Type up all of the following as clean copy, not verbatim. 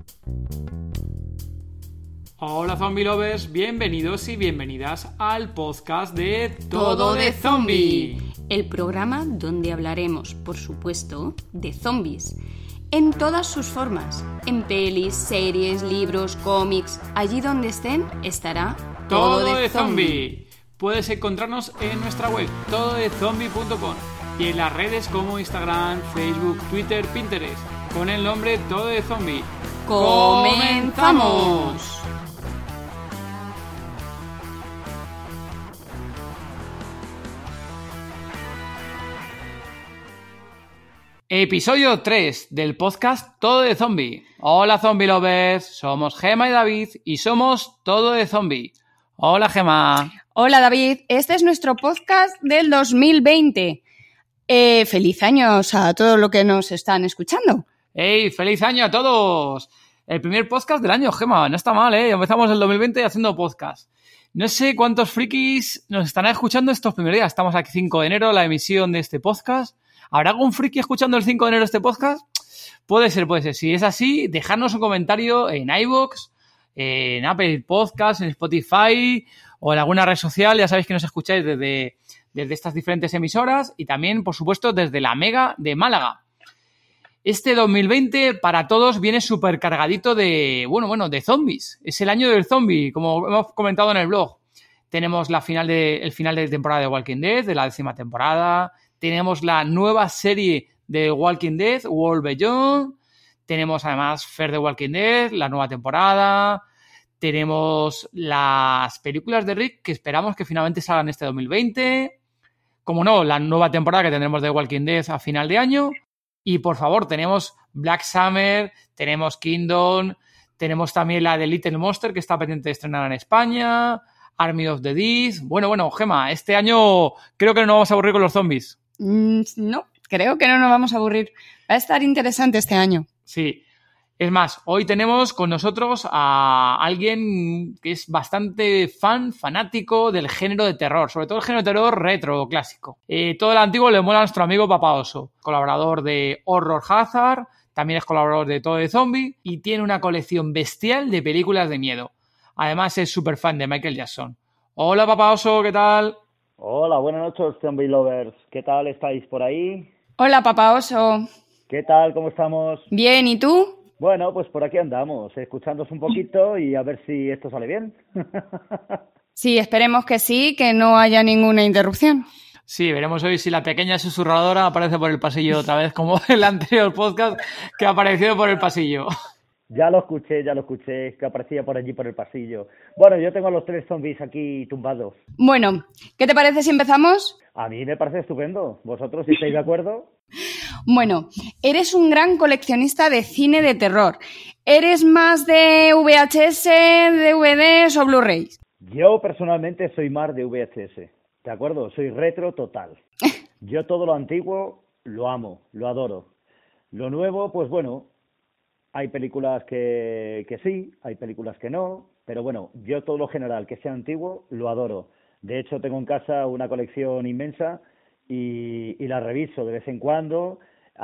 Hola Zombie Lovers, bienvenidos y bienvenidas al podcast de Todo de Zombie. El programa donde hablaremos, por supuesto, de zombies. En todas sus formas. En pelis, series, libros, cómics. Allí donde estén, estará Todo de Zombie. Puedes encontrarnos en nuestra web, tododezombie.com, y en las redes como Instagram, Facebook, Twitter, Pinterest, con el nombre Todo de Zombie. ¡Comenzamos! Episodio 3 del podcast Todo de Zombie. Hola Zombie Lovers, somos Gema y David y somos Todo de Zombie. Hola Gema. Hola David, este es nuestro podcast del 2020. Feliz años a todos los que nos están escuchando. ¡Ey! ¡Feliz año a todos! El primer podcast del año, Gema, no está mal, ¿eh? Empezamos el 2020 haciendo podcast. No sé cuántos frikis nos estarán escuchando estos primeros días. Estamos aquí 5 de enero, la emisión de este podcast. ¿Habrá algún friki escuchando el 5 de enero este podcast? Puede ser. Si es así, dejadnos un comentario en iVoox, en Apple Podcasts, en Spotify o en alguna red social. Ya sabéis que nos escucháis desde estas diferentes emisoras y también, por supuesto, desde la Mega de Málaga. Este 2020 para todos viene súper cargadito de zombies. Es el año del zombie, como hemos comentado en el blog. Tenemos el final de temporada de Walking Dead, de la 10ª temporada. Tenemos la nueva serie de Walking Dead, World Beyond. Tenemos además Fear the Walking Dead, la nueva temporada. Tenemos las películas de Rick que esperamos que finalmente salgan este 2020. Como no, la nueva temporada que tendremos de Walking Dead a final de año. Y por favor, tenemos Black Summer, tenemos Kingdom, tenemos también la de Little Monster que está pendiente de estrenar en España, Army of the Dead. Bueno, Gema, este año creo que no nos vamos a aburrir con los zombies. No, creo que no nos vamos a aburrir. Va a estar interesante este año. Sí. Es más, hoy tenemos con nosotros a alguien que es bastante fanático del género de terror, sobre todo el género de terror retro o clásico. Todo el antiguo le mola a nuestro amigo Papa Oso, colaborador de Horror Hazard, también es colaborador de Todo de Zombie y tiene una colección bestial de películas de miedo. Además es súper fan de Michael Jackson. Hola Papa Oso, ¿qué tal? Hola, buenas noches, Zombie Lovers. ¿Qué tal estáis por ahí? Hola Papa Oso. ¿Qué tal? ¿Cómo estamos? Bien, ¿y tú? Bueno, pues por aquí andamos, escuchándoos un poquito y a ver si esto sale bien. Sí, esperemos que sí, que no haya ninguna interrupción. Sí, veremos hoy si la pequeña susurradora aparece por el pasillo otra vez, como el anterior podcast que ha aparecido por el pasillo. Ya lo escuché, que aparecía por allí por el pasillo. Bueno, yo tengo a los 3 zombies aquí tumbados. Bueno, ¿qué te parece si empezamos? A mí me parece estupendo. ¿Vosotros si estáis de acuerdo? Bueno, eres un gran coleccionista de cine de terror. ¿Eres más de VHS, DVDs o Blu-rays? Yo personalmente soy más de VHS, ¿de acuerdo? Soy retro total. Yo todo lo antiguo lo amo, lo adoro. Lo nuevo, pues bueno, hay películas que sí, hay películas que no, pero bueno, yo todo lo general que sea antiguo lo adoro. De hecho, tengo en casa una colección inmensa y la reviso de vez en cuando.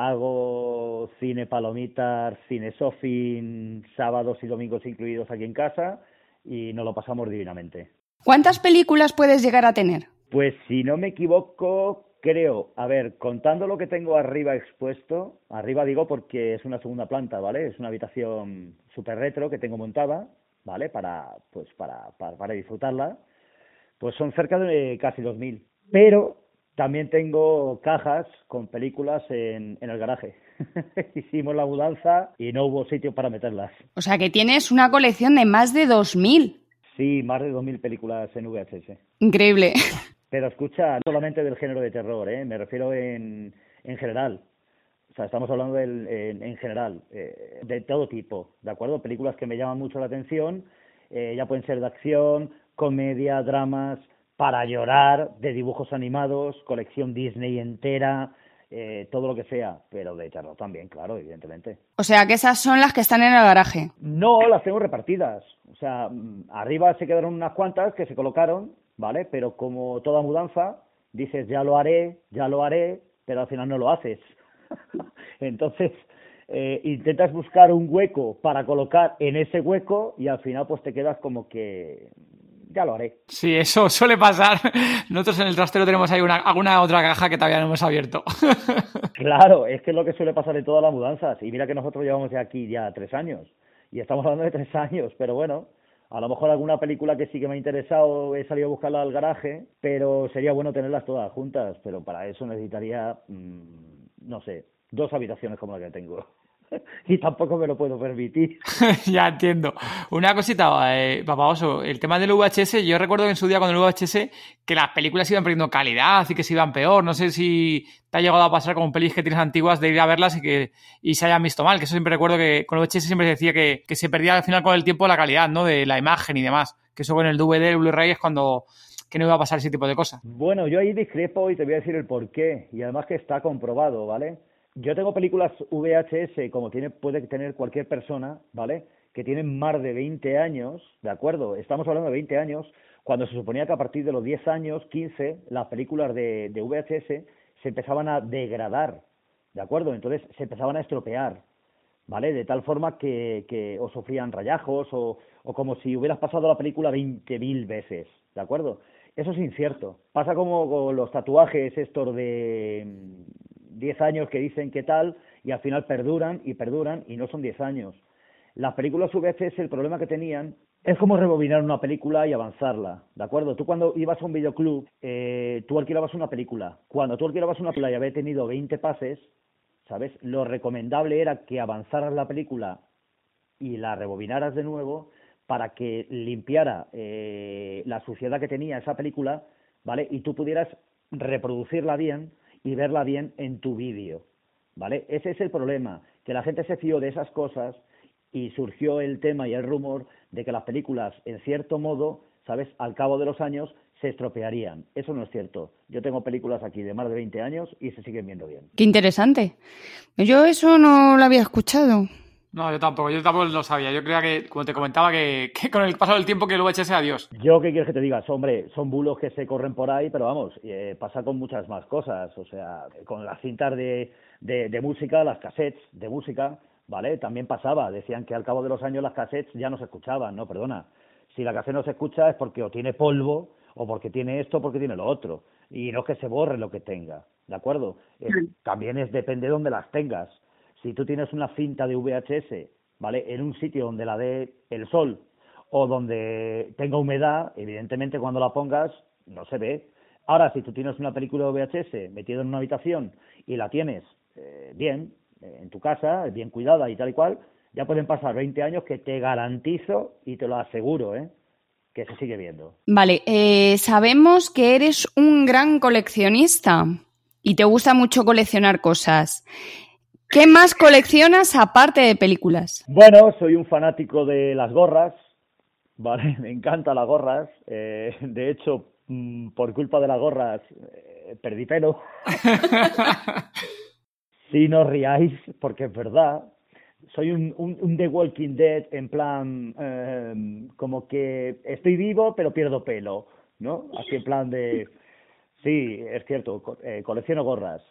Hago cine palomitas, cine sofing, sábados y domingos incluidos aquí en casa y nos lo pasamos divinamente. ¿Cuántas películas puedes llegar a tener? Pues si no me equivoco, creo, a ver, contando lo que tengo arriba expuesto, arriba digo porque es una segunda planta, ¿vale? Es una habitación súper retro que tengo montada, ¿vale? Para disfrutarla, pues son cerca de casi 2.000. Pero también tengo cajas con películas en el garaje. Hicimos la mudanza y no hubo sitio para meterlas. O sea que tienes una colección de más de 2.000. Sí, más de 2.000 películas en VHS. Increíble. Pero escucha, no solamente del género de terror, me refiero en general. O sea, estamos hablando en general, de todo tipo, ¿de acuerdo? Películas que me llaman mucho la atención, ya pueden ser de acción, comedia, dramas, para llorar, de dibujos animados, colección Disney entera, todo lo que sea, pero de terror también, claro, evidentemente. O sea que esas son las que están en el garaje. No, las tengo repartidas. O sea, arriba se quedaron unas cuantas que se colocaron, ¿vale? Pero como toda mudanza, dices ya lo haré, pero al final no lo haces. Entonces, intentas buscar un hueco para colocar en ese hueco y al final pues te quedas como que ya lo haré. Sí, eso suele pasar. Nosotros en el trastero tenemos ahí alguna otra caja que todavía no hemos abierto. Claro, es que es lo que suele pasar en todas las mudanzas. Y mira que nosotros llevamos ya aquí ya 3 años. Y estamos hablando de 3 años, pero bueno, a lo mejor alguna película que sí que me ha interesado he salido a buscarla al garaje, pero sería bueno tenerlas todas juntas. Pero para eso necesitaría, no sé, 2 habitaciones como la que tengo. Y tampoco me lo puedo permitir. Ya entiendo. Una cosita, Papá Oso, el tema del VHS, yo recuerdo que en su día con el VHS que las películas iban perdiendo calidad y que se iban peor. No sé si te ha llegado a pasar con pelis que tienes antiguas de ir a verlas y se hayan visto mal, que eso siempre recuerdo que con el VHS siempre se decía que se perdía al final con el tiempo la calidad, ¿no? De la imagen y demás. Que eso con el DVD, el Blu-ray es cuando que no iba a pasar ese tipo de cosas. Bueno, yo ahí discrepo y te voy a decir el porqué. Y además que está comprobado, ¿vale? Yo tengo películas VHS, como puede tener cualquier persona, ¿vale? Que tienen más de 20 años, ¿de acuerdo? Estamos hablando de 20 años, cuando se suponía que a partir de los 10 años, 15, las películas de VHS se empezaban a degradar, ¿de acuerdo? Entonces se empezaban a estropear, ¿vale? De tal forma que o sufrían rayajos o como si hubieras pasado la película 20.000 veces, ¿de acuerdo? Eso es incierto. Pasa como con los tatuajes estos de 10 años que dicen que tal y al final perduran y no son 10 años. Las películas VHS, el problema que tenían es como rebobinar una película y avanzarla, ¿de acuerdo? Tú cuando ibas a un videoclub, tú alquilabas una película. Cuando tú alquilabas una película y había tenido 20 pases, ¿sabes? Lo recomendable era que avanzaras la película y la rebobinaras de nuevo para que limpiara la suciedad que tenía esa película, ¿vale? Y tú pudieras reproducirla bien y verla bien en tu vídeo, ¿vale? Ese es el problema, que la gente se fió de esas cosas y surgió el tema y el rumor de que las películas, en cierto modo, ¿sabes?, al cabo de los años se estropearían. Eso no es cierto. Yo tengo películas aquí de más de 20 años y se siguen viendo bien. Qué interesante. Yo eso no lo había escuchado. No, yo tampoco lo sabía. Yo creía que, como te comentaba, que con el paso del tiempo que el VHS adiós. Yo, ¿qué quieres que te diga? Hombre, son bulos que se corren por ahí, pero vamos, pasa con muchas más cosas. O sea, con las cintas de música, las cassettes de música, ¿vale? También pasaba. Decían que al cabo de los años las cassettes ya no se escuchaban. No, perdona. Si la cassette no se escucha es porque o tiene polvo, o porque tiene esto, o porque tiene lo otro. Y no es que se borre lo que tenga, ¿de acuerdo? También depende de dónde las tengas. Si tú tienes una cinta de VHS, ¿vale?, en un sitio donde la dé el sol o donde tenga humedad, evidentemente cuando la pongas no se ve. Ahora, si tú tienes una película de VHS metida en una habitación y la tienes bien, en tu casa, bien cuidada y tal y cual, ya pueden pasar 20 años que te garantizo y te lo aseguro, que se sigue viendo. Vale, sabemos que eres un gran coleccionista y te gusta mucho coleccionar cosas. ¿Qué más coleccionas aparte de películas? Bueno, soy un fanático de las gorras, ¿vale? Me encantan las gorras. De hecho, por culpa de las gorras, perdí pelo. Sí, no os riáis, porque es verdad. Soy un The Walking Dead en plan, como que estoy vivo, pero pierdo pelo, ¿no? Así en plan de... Sí, es cierto, colecciono gorras.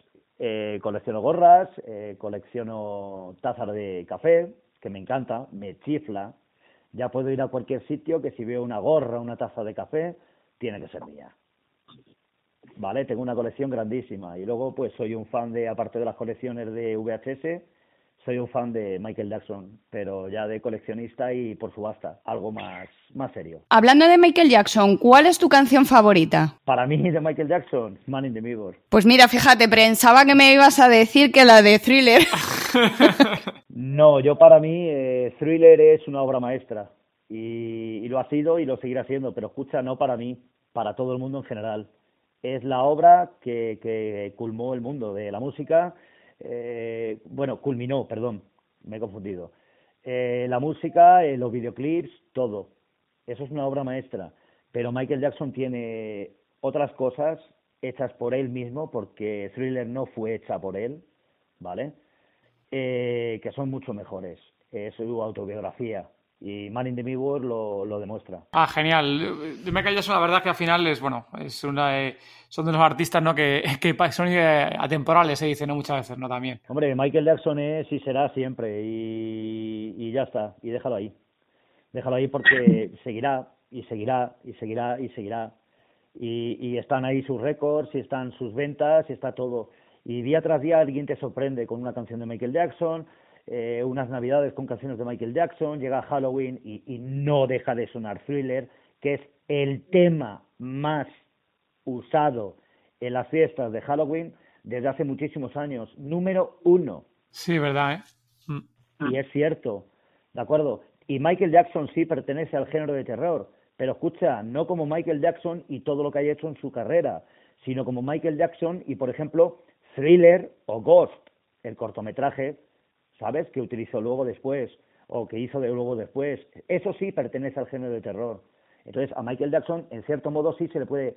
Colecciono tazas de café, que me encanta, me chifla. Ya puedo ir a cualquier sitio que si veo una gorra, una taza de café, tiene que ser mía. Vale, tengo una colección grandísima. Y luego, pues, soy un fan de, aparte de las colecciones de VHS, soy un fan de Michael Jackson, pero ya de coleccionista y por subasta, algo más serio. Hablando de Michael Jackson, ¿cuál es tu canción favorita? Para mí, de Michael Jackson, Man in the Mirror. Pues mira, fíjate, pensaba que me ibas a decir que la de Thriller. No, yo para mí, Thriller es una obra maestra. Y lo ha sido y lo seguirá siendo, pero escucha, no para mí, para todo el mundo en general. Es la obra que culmó el mundo de la música. Culminó, perdón, me he confundido. La música, los videoclips, todo. Eso es una obra maestra. Pero Michael Jackson tiene otras cosas hechas por él mismo, porque Thriller no fue hecha por él, ¿vale? Que son mucho mejores. Es su autobiografía. Y Man in the Mirror lo demuestra. Ah, genial. Michael Jackson, la verdad que al final son de los artistas, ¿no? que son atemporales, se dice, ¿no? Muchas veces, ¿no? También. Hombre, Michael Jackson es y será siempre, y ya está, y déjalo ahí. Déjalo ahí porque seguirá, y seguirá, y seguirá, y seguirá. Y están ahí sus récords, y están sus ventas, y está todo. Y día tras día alguien te sorprende con una canción de Michael Jackson, unas navidades con canciones de Michael Jackson, llega Halloween y no deja de sonar Thriller, que es el tema más usado en las fiestas de Halloween desde hace muchísimos años. Número 1. Sí, verdad, ¿eh? Y es cierto, ¿de acuerdo? Y Michael Jackson sí pertenece al género de terror, pero escucha, no como Michael Jackson y todo lo que haya hecho en su carrera, sino como Michael Jackson y, por ejemplo, Thriller o Ghost, el cortometraje, ¿sabes?, que utilizó luego después, o que hizo luego después. Eso sí pertenece al género de terror. Entonces, a Michael Jackson, en cierto modo, sí se le puede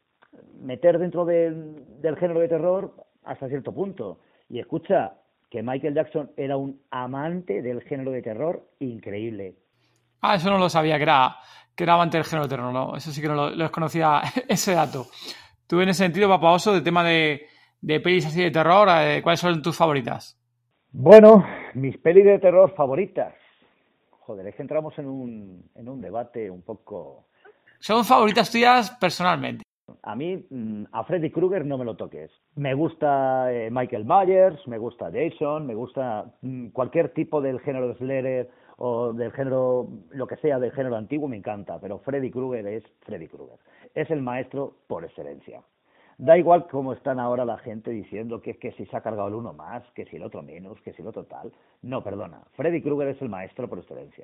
meter dentro del género de terror hasta cierto punto. Y escucha, que Michael Jackson era un amante del género de terror increíble. Ah, eso no lo sabía, que era amante del género de terror, ¿no? Eso sí que no lo desconocía, ese dato. Tú, en ese sentido, Papaoso, de tema de pelis así de terror, ¿cuáles son tus favoritas? Bueno, mis pelis de terror favoritas. Joder, es que entramos en un debate un poco... Son favoritas tuyas personalmente. A mí, a Freddy Krueger no me lo toques. Me gusta Michael Myers, me gusta Jason, me gusta cualquier tipo del género de Slayer o del género, lo que sea del género antiguo, me encanta. Pero Freddy Krueger es Freddy Krueger. Es el maestro por excelencia. Da igual cómo están ahora la gente diciendo que es que si se ha cargado el uno más, que si el otro menos, que si el otro tal. No, perdona. Freddy Krueger es el maestro por excelencia.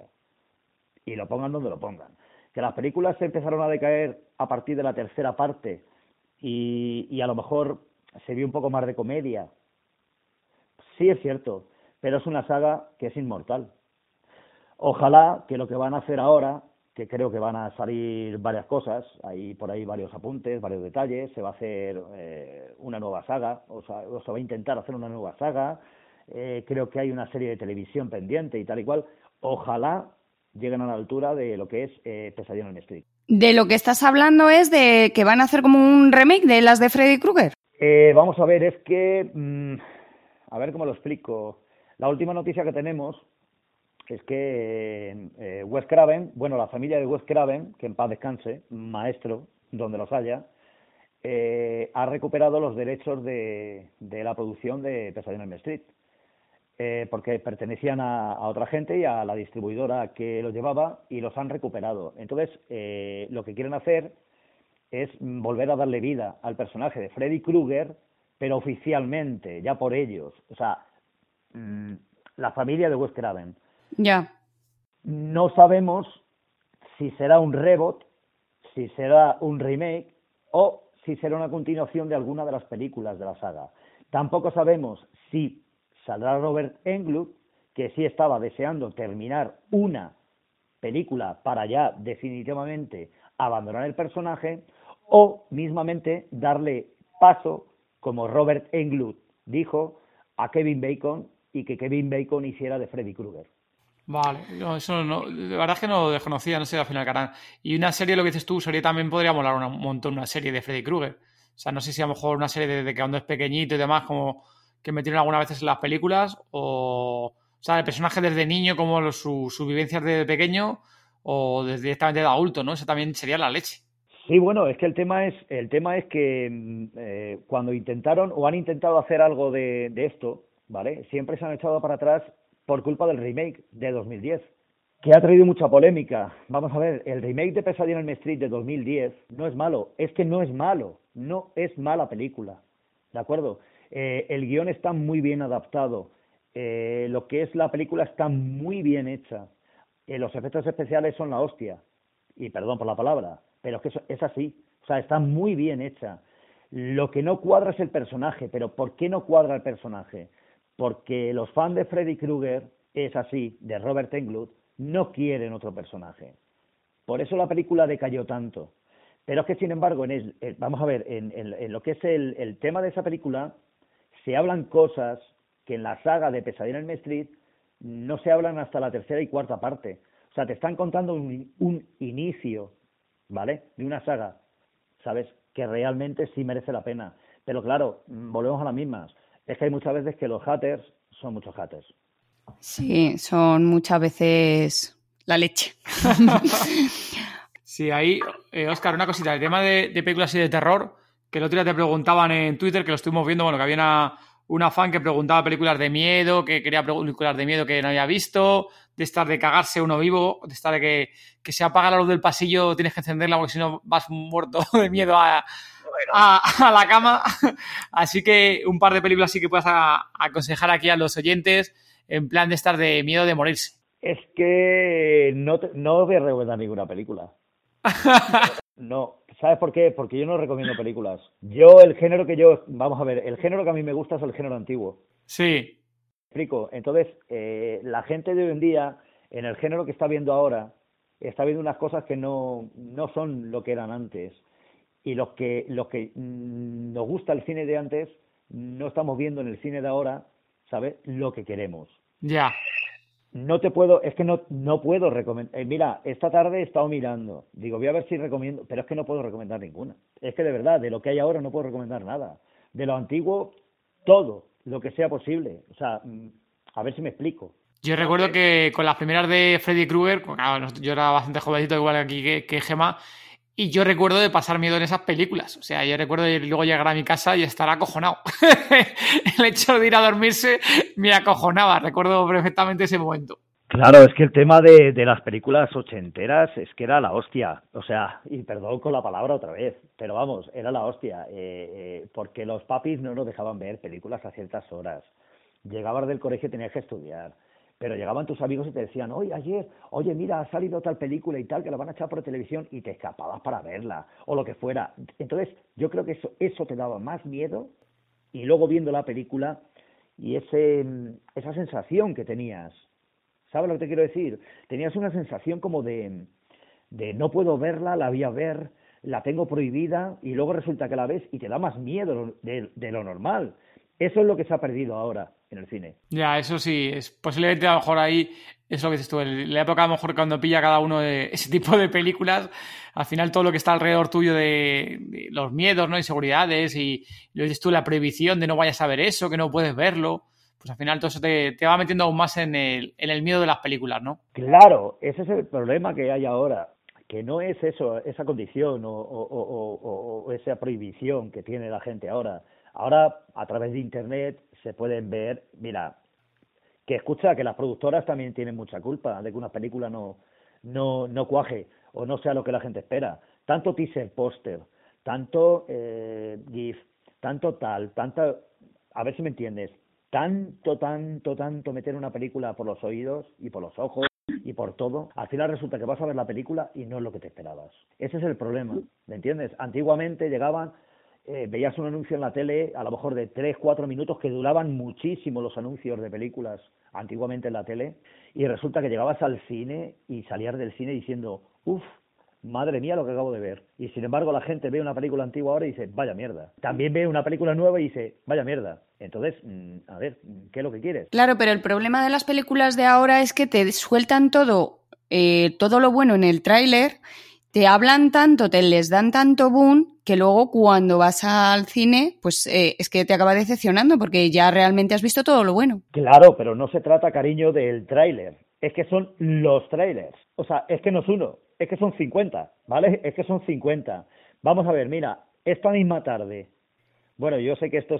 Y lo pongan donde lo pongan. Que las películas se empezaron a decaer a partir de la tercera parte y a lo mejor se vio un poco más de comedia. Sí, es cierto, pero es una saga que es inmortal. Ojalá que lo que van a hacer ahora, que creo que van a salir varias cosas, hay por ahí varios apuntes, varios detalles, se va a hacer una nueva saga, o se va a intentar hacer una nueva saga, creo que hay una serie de televisión pendiente y tal y cual. Ojalá lleguen a la altura de lo que es Pesadilla en Elm Street. De lo que estás hablando es de que van a hacer como un remake de las de Freddy Krueger. Vamos a ver, es que... a ver cómo lo explico. La última noticia que tenemos es que Wes Craven, bueno, la familia de Wes Craven, que en paz descanse, maestro, donde los haya, ha recuperado los derechos de la producción de Pesadilla en Elm Street. Porque pertenecían a otra gente y a la distribuidora que los llevaba y los han recuperado. Entonces, lo que quieren hacer es volver a darle vida al personaje de Freddy Krueger, pero oficialmente, ya por ellos. O sea, la familia de Wes Craven. Ya. No sabemos si será un reboot, si será un remake o si será una continuación de alguna de las películas de la saga. Tampoco sabemos si saldrá Robert Englund, que sí estaba deseando terminar una película para ya definitivamente abandonar el personaje, o mismamente darle paso, como Robert Englund dijo, a Kevin Bacon, y que Kevin Bacon hiciera de Freddy Krueger. Vale, no, eso no, de verdad es que no lo desconocía, no sé al final qué harán. Y una serie, lo que dices tú, serie también podría molar un montón, una serie de Freddy Krueger. O sea, no sé si a lo mejor una serie de que cuando es pequeñito y demás, como que metieron algunas veces en las películas, o sea, el personaje desde niño, como sus vivencias de pequeño, o desde directamente de adulto, ¿no? Eso también sería la leche. Sí, bueno, es que el tema es que cuando intentaron o han intentado hacer algo de esto, ¿vale? Siempre se han echado para atrás por culpa del remake de 2010, que ha traído mucha polémica. Vamos a ver, el remake de Pesadilla en Elm Street de 2010 no es malo, es que no es malo, no es mala película, ¿de acuerdo? El guión está muy bien adaptado, lo que es la película está muy bien hecha, los efectos especiales son la hostia, y perdón por la palabra, pero es que es así, o sea, está muy bien hecha. Lo que no cuadra es el personaje, pero ¿por qué no cuadra el personaje? Porque los fans de Freddy Krueger, es así, de Robert Englund, no quieren otro personaje. Por eso la película decayó tanto. Pero es que, sin embargo, vamos a ver, en lo que es el tema de esa película, se hablan cosas que en la saga de Pesadilla en Elm Street no se hablan hasta la tercera y cuarta parte. O sea, te están contando un inicio, ¿vale? De una saga, ¿sabes? Que realmente sí merece la pena. Pero claro, volvemos a las mismas. Es que hay muchas veces que los haters son muchos haters. Sí, son muchas veces la leche. Sí, ahí, Óscar, una cosita. El tema de películas y de terror, que el otro día te preguntaban en Twitter, que lo estuvimos viendo, bueno, que había una fan que preguntaba películas de miedo, que quería películas de miedo que no había visto, de estar de cagarse uno vivo, de estar de que se apaga la luz del pasillo, tienes que encenderla porque si no vas muerto de miedo a la cama. Así que un par de películas sí que puedas aconsejar aquí a los oyentes en plan de estar de miedo de morirse. Es que no voy a recomendar ninguna película. No, ¿sabes por qué? Porque yo no recomiendo películas. El género que a mí me gusta es el género antiguo. Sí. Explico. Entonces, la gente de hoy en día, en el género que está viendo ahora, está viendo unas cosas que no son lo que eran antes. Y los que nos gusta el cine de antes, no estamos viendo en el cine de ahora, ¿sabes? Lo que queremos. Ya. No puedo recomendar. Mira, esta tarde he estado mirando. Digo, voy a ver si recomiendo, pero es que no puedo recomendar ninguna. Es que de verdad, de lo que hay ahora no puedo recomendar nada. De lo antiguo, todo, lo que sea posible. O sea, a ver si me explico. Yo recuerdo que con las primeras de Freddy Krueger, claro, yo era bastante jovencito, igual aquí que Gemma, y yo recuerdo de pasar miedo en esas películas. O sea, yo recuerdo de luego llegar a mi casa y estar acojonado. El hecho de ir a dormirse me acojonaba. Recuerdo perfectamente ese momento. Claro, es que el tema de las películas ochenteras es que era la hostia. O sea, y perdón con la palabra otra vez, pero vamos, era la hostia. Porque los papis no nos dejaban ver películas a ciertas horas. Llegabas del colegio y tenías que estudiar. Pero llegaban tus amigos y te decían, oye, mira, ha salido tal película y tal, que la van a echar por televisión, y te escapabas para verla, o lo que fuera. Entonces, yo creo que eso te daba más miedo, y luego viendo la película, y esa sensación que tenías, ¿sabes lo que te quiero decir? Tenías una sensación como de no puedo verla, la voy a ver, la tengo prohibida, y luego resulta que la ves y te da más miedo de lo normal. Eso es lo que se ha perdido ahora en el cine. Ya, eso sí, es posiblemente a lo mejor ahí es lo que dices tú, en la época a lo mejor cuando pilla cada uno de ese tipo de películas, al final todo lo que está alrededor tuyo de los miedos, ¿no? Inseguridades y lo dices tú, la prohibición de no vayas a ver eso, que no puedes verlo, pues al final todo eso te va metiendo aún más en el miedo de las películas, ¿no? Claro, ese es el problema que hay ahora, que no es eso, esa condición o esa prohibición que tiene la gente ahora. Ahora, a través de Internet, se pueden ver, mira, que las productoras también tienen mucha culpa de que una película no cuaje o no sea lo que la gente espera. Tanto teaser póster, tanto GIF, tanto, a ver si me entiendes, tanto meter una película por los oídos y por los ojos y por todo, al final resulta que vas a ver la película y no es lo que te esperabas. Ese es el problema, ¿me entiendes? Antiguamente llegaban... veías un anuncio en la tele, a lo mejor de 3-4 minutos, que duraban muchísimo los anuncios de películas antiguamente en la tele, y resulta que llegabas al cine y salías del cine diciendo, madre mía lo que acabo de ver. Y sin embargo la gente ve una película antigua ahora y dice, vaya mierda. También ve una película nueva y dice, vaya mierda. Entonces, a ver, ¿qué es lo que quieres? Claro, pero el problema de las películas de ahora es que te sueltan todo lo bueno en el tráiler, te hablan tanto, te les dan tanto boom, que luego cuando vas al cine, pues es que te acaba decepcionando porque ya realmente has visto todo lo bueno. Claro, pero no se trata, cariño, del tráiler. Es que son los trailers. O sea, es que no es uno, es que son 50, ¿vale? Es que son 50. Vamos a ver, mira, esta misma tarde. Bueno, yo sé que esto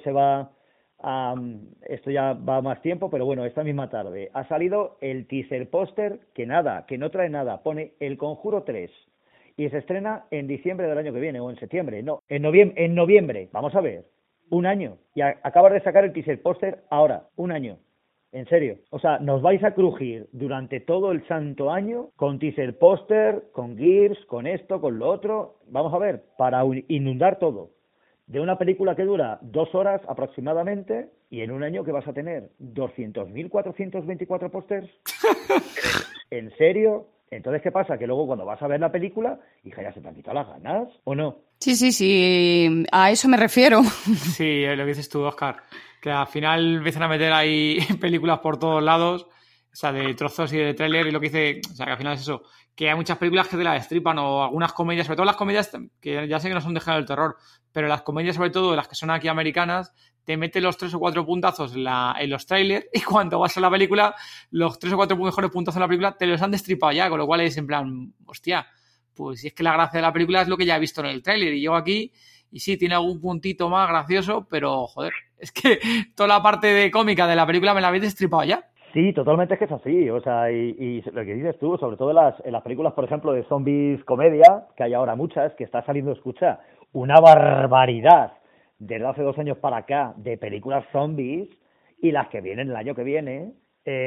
esto ya va más tiempo, pero bueno, esta misma tarde ha salido el teaser póster que no trae nada. Pone El Conjuro 3. Y se estrena en diciembre del año que viene, o en septiembre, no, en noviembre, vamos a ver, un año, y acabas de sacar el teaser póster ahora, un año, en serio, o sea, nos vais a crujir durante todo el santo año con teaser póster, con GIFs, con esto, con lo otro, vamos a ver, para inundar todo, de una película que dura 2 horas aproximadamente, y en un año que vas a tener 200.424 pósters, ¿en serio? Entonces, ¿qué pasa? Que luego cuando vas a ver la película, hija, ya se te han quitado las ganas, ¿o no? Sí, a eso me refiero. Sí, lo que dices tú, Óscar, que al final empiezan a meter ahí películas por todos lados, O sea, de trozos y de tráiler y lo que dice, o sea, que al final es eso, que hay muchas películas que te la destripan o algunas comedias, sobre todo las comedias que ya sé que no son de género del terror, pero las comedias sobre todo, las que son aquí americanas, te meten los 3 o 4 puntazos en los trailers y cuando vas a la película, los 3 o 4 mejores puntazos de la película te los han destripado ya, con lo cual es en plan, hostia, pues si es que la gracia de la película es lo que ya he visto en el tráiler y llego aquí y sí, tiene algún puntito más gracioso, pero joder, es que toda la parte de cómica de la película me la habéis destripado ya. Sí, totalmente es que es así, o sea, y lo que dices tú, sobre todo en las películas, por ejemplo, de zombies comedia, que hay ahora muchas, que está saliendo, escucha, una barbaridad desde hace 2 años para acá de películas zombies y las que vienen el año que viene,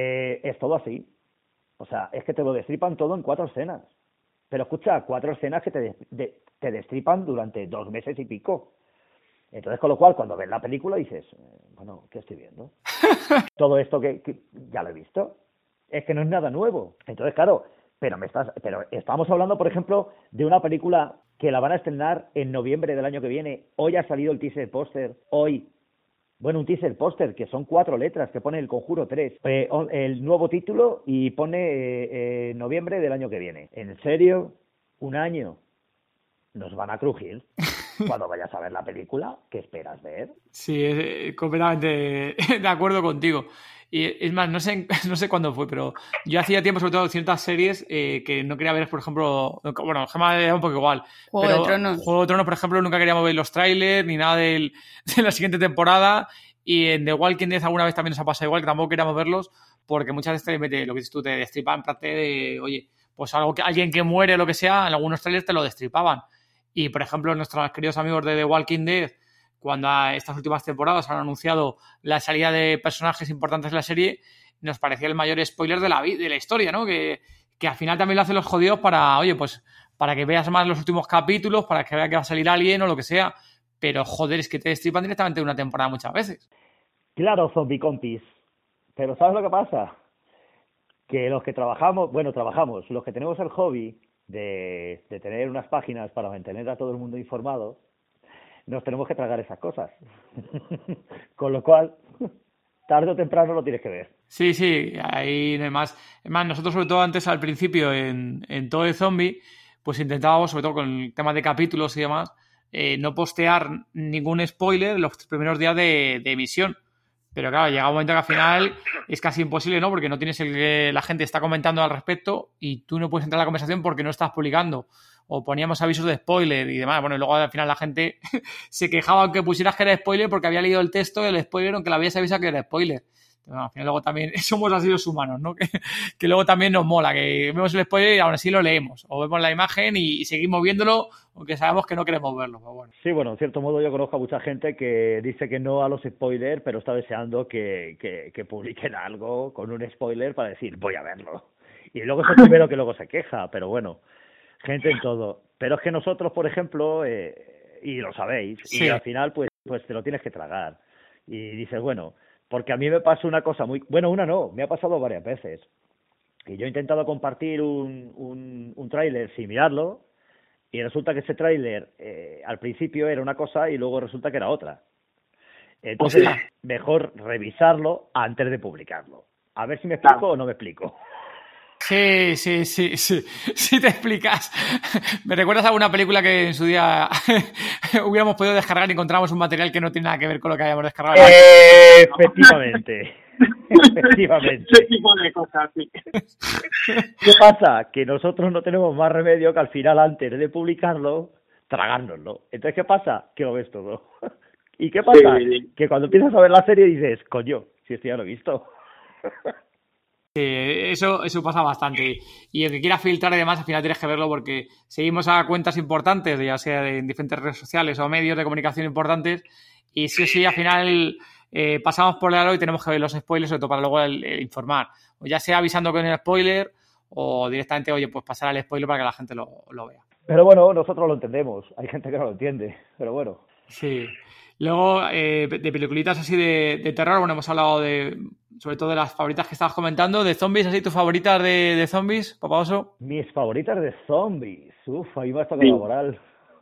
es todo así. O sea, es que te lo destripan todo en 4 escenas. Pero escucha, 4 escenas que te destripan durante 2 meses y pico. Entonces, con lo cual, cuando ves la película dices, bueno, ¿qué estoy viendo? Todo esto que ya lo he visto. Es que no es nada nuevo. Entonces, claro, pero estamos hablando, por ejemplo, de una película que la van a estrenar en noviembre del año que viene. Hoy ha salido el teaser póster. Hoy. Bueno, un teaser póster que son 4 letras que pone El Conjuro 3. El nuevo título y pone noviembre del año que viene. ¿En serio? ¿Un año? Nos van a crujir. Cuando vayas a ver la película, ¿qué esperas ver? Sí, completamente de acuerdo contigo. Y es más, no sé cuándo fue, pero yo hacía tiempo, sobre todo, ciertas series que no quería ver, por ejemplo, bueno, Gemma era un poco igual. Juego de Tronos. Juego de Tronos, por ejemplo, nunca queríamos ver los trailers ni nada de la siguiente temporada. Y en The Walking Dead alguna vez también nos ha pasado igual, que tampoco queríamos verlos, porque muchas veces te mete, lo que dices tú, te destripan en parte de, oye, pues alguien que muere o lo que sea, en algunos trailers te lo destripaban. Y, por ejemplo, nuestros queridos amigos de The Walking Dead, cuando a estas últimas temporadas han anunciado la salida de personajes importantes de la serie, nos parecía el mayor spoiler de la historia, ¿no? Que al final también lo hacen los jodidos para, oye, pues para que veas más los últimos capítulos, para que veas que va a salir alguien o lo que sea. Pero, joder, es que te destripan directamente una temporada muchas veces. Claro, zombie compis. Pero ¿sabes lo que pasa? Que los que trabajamos, los que tenemos el hobby de tener unas páginas para mantener a todo el mundo informado, nos tenemos que tragar esas cosas. Con lo cual, tarde o temprano lo tienes que ver. Sí, ahí no hay más. Es más, nosotros sobre todo antes al principio en todo el zombie, pues intentábamos, sobre todo con el tema de capítulos y demás, no postear ningún spoiler los primeros días de emisión. Pero claro, llega un momento que al final es casi imposible, ¿no? Porque no tienes la gente está comentando al respecto y tú no puedes entrar a la conversación porque no estás publicando. O poníamos avisos de spoiler y demás. Bueno, y luego al final la gente se quejaba aunque pusieras que era spoiler porque había leído el texto del spoiler aunque la habías avisado que era spoiler. Bueno, al final luego también somos así los humanos, ¿no? Que luego también nos mola, que vemos el spoiler y aún así lo leemos. O vemos la imagen y seguimos viéndolo aunque sabemos que no queremos verlo. Pero bueno. Sí, bueno, en cierto modo yo conozco a mucha gente que dice que no a los spoilers, pero está deseando que publiquen algo con un spoiler para decir, voy a verlo. Y luego es el primero que luego se queja, pero bueno, gente en todo. Pero es que nosotros, por ejemplo, y lo sabéis, sí. Y al final pues te lo tienes que tragar. Y dices, bueno, porque a mí me pasa una cosa me ha pasado varias veces. Y yo he intentado compartir un tráiler sin mirarlo, y resulta que ese tráiler al principio era una cosa y luego resulta que era otra. Entonces, mejor revisarlo antes de publicarlo. A ver si me explico o no me explico. Sí, te explicas. Me recuerdas a una película que en su día hubiéramos podido descargar y encontramos un material que no tiene nada que ver con lo que hayamos descargado. Efectivamente. Ese tipo de cosas, sí. ¿Qué pasa? Que nosotros no tenemos más remedio que al final, antes de publicarlo, tragárnoslo. Entonces, ¿qué pasa? Que lo ves todo. ¿Y qué pasa? Sí. Que cuando empiezas a ver la serie dices, coño, si esto ya lo he visto. Eso pasa bastante. Y el que quiera filtrar y demás, al final tienes que verlo porque seguimos a cuentas importantes, ya sea en diferentes redes sociales o medios de comunicación importantes, y sí o sí, al final pasamos por el aro y tenemos que ver los spoilers, sobre todo para luego el informar. O ya sea avisando con el spoiler o directamente, oye, pues pasar al spoiler para que la gente lo vea. Pero bueno, nosotros lo entendemos. Hay gente que no lo entiende, pero bueno. Sí. Luego, de peliculitas así de terror, bueno, hemos hablado sobre todo de las favoritas que estabas comentando, de zombies, así, tus favoritas de zombies, Papá Oso. Mis favoritas de zombies. Ahí me has tocado la moral.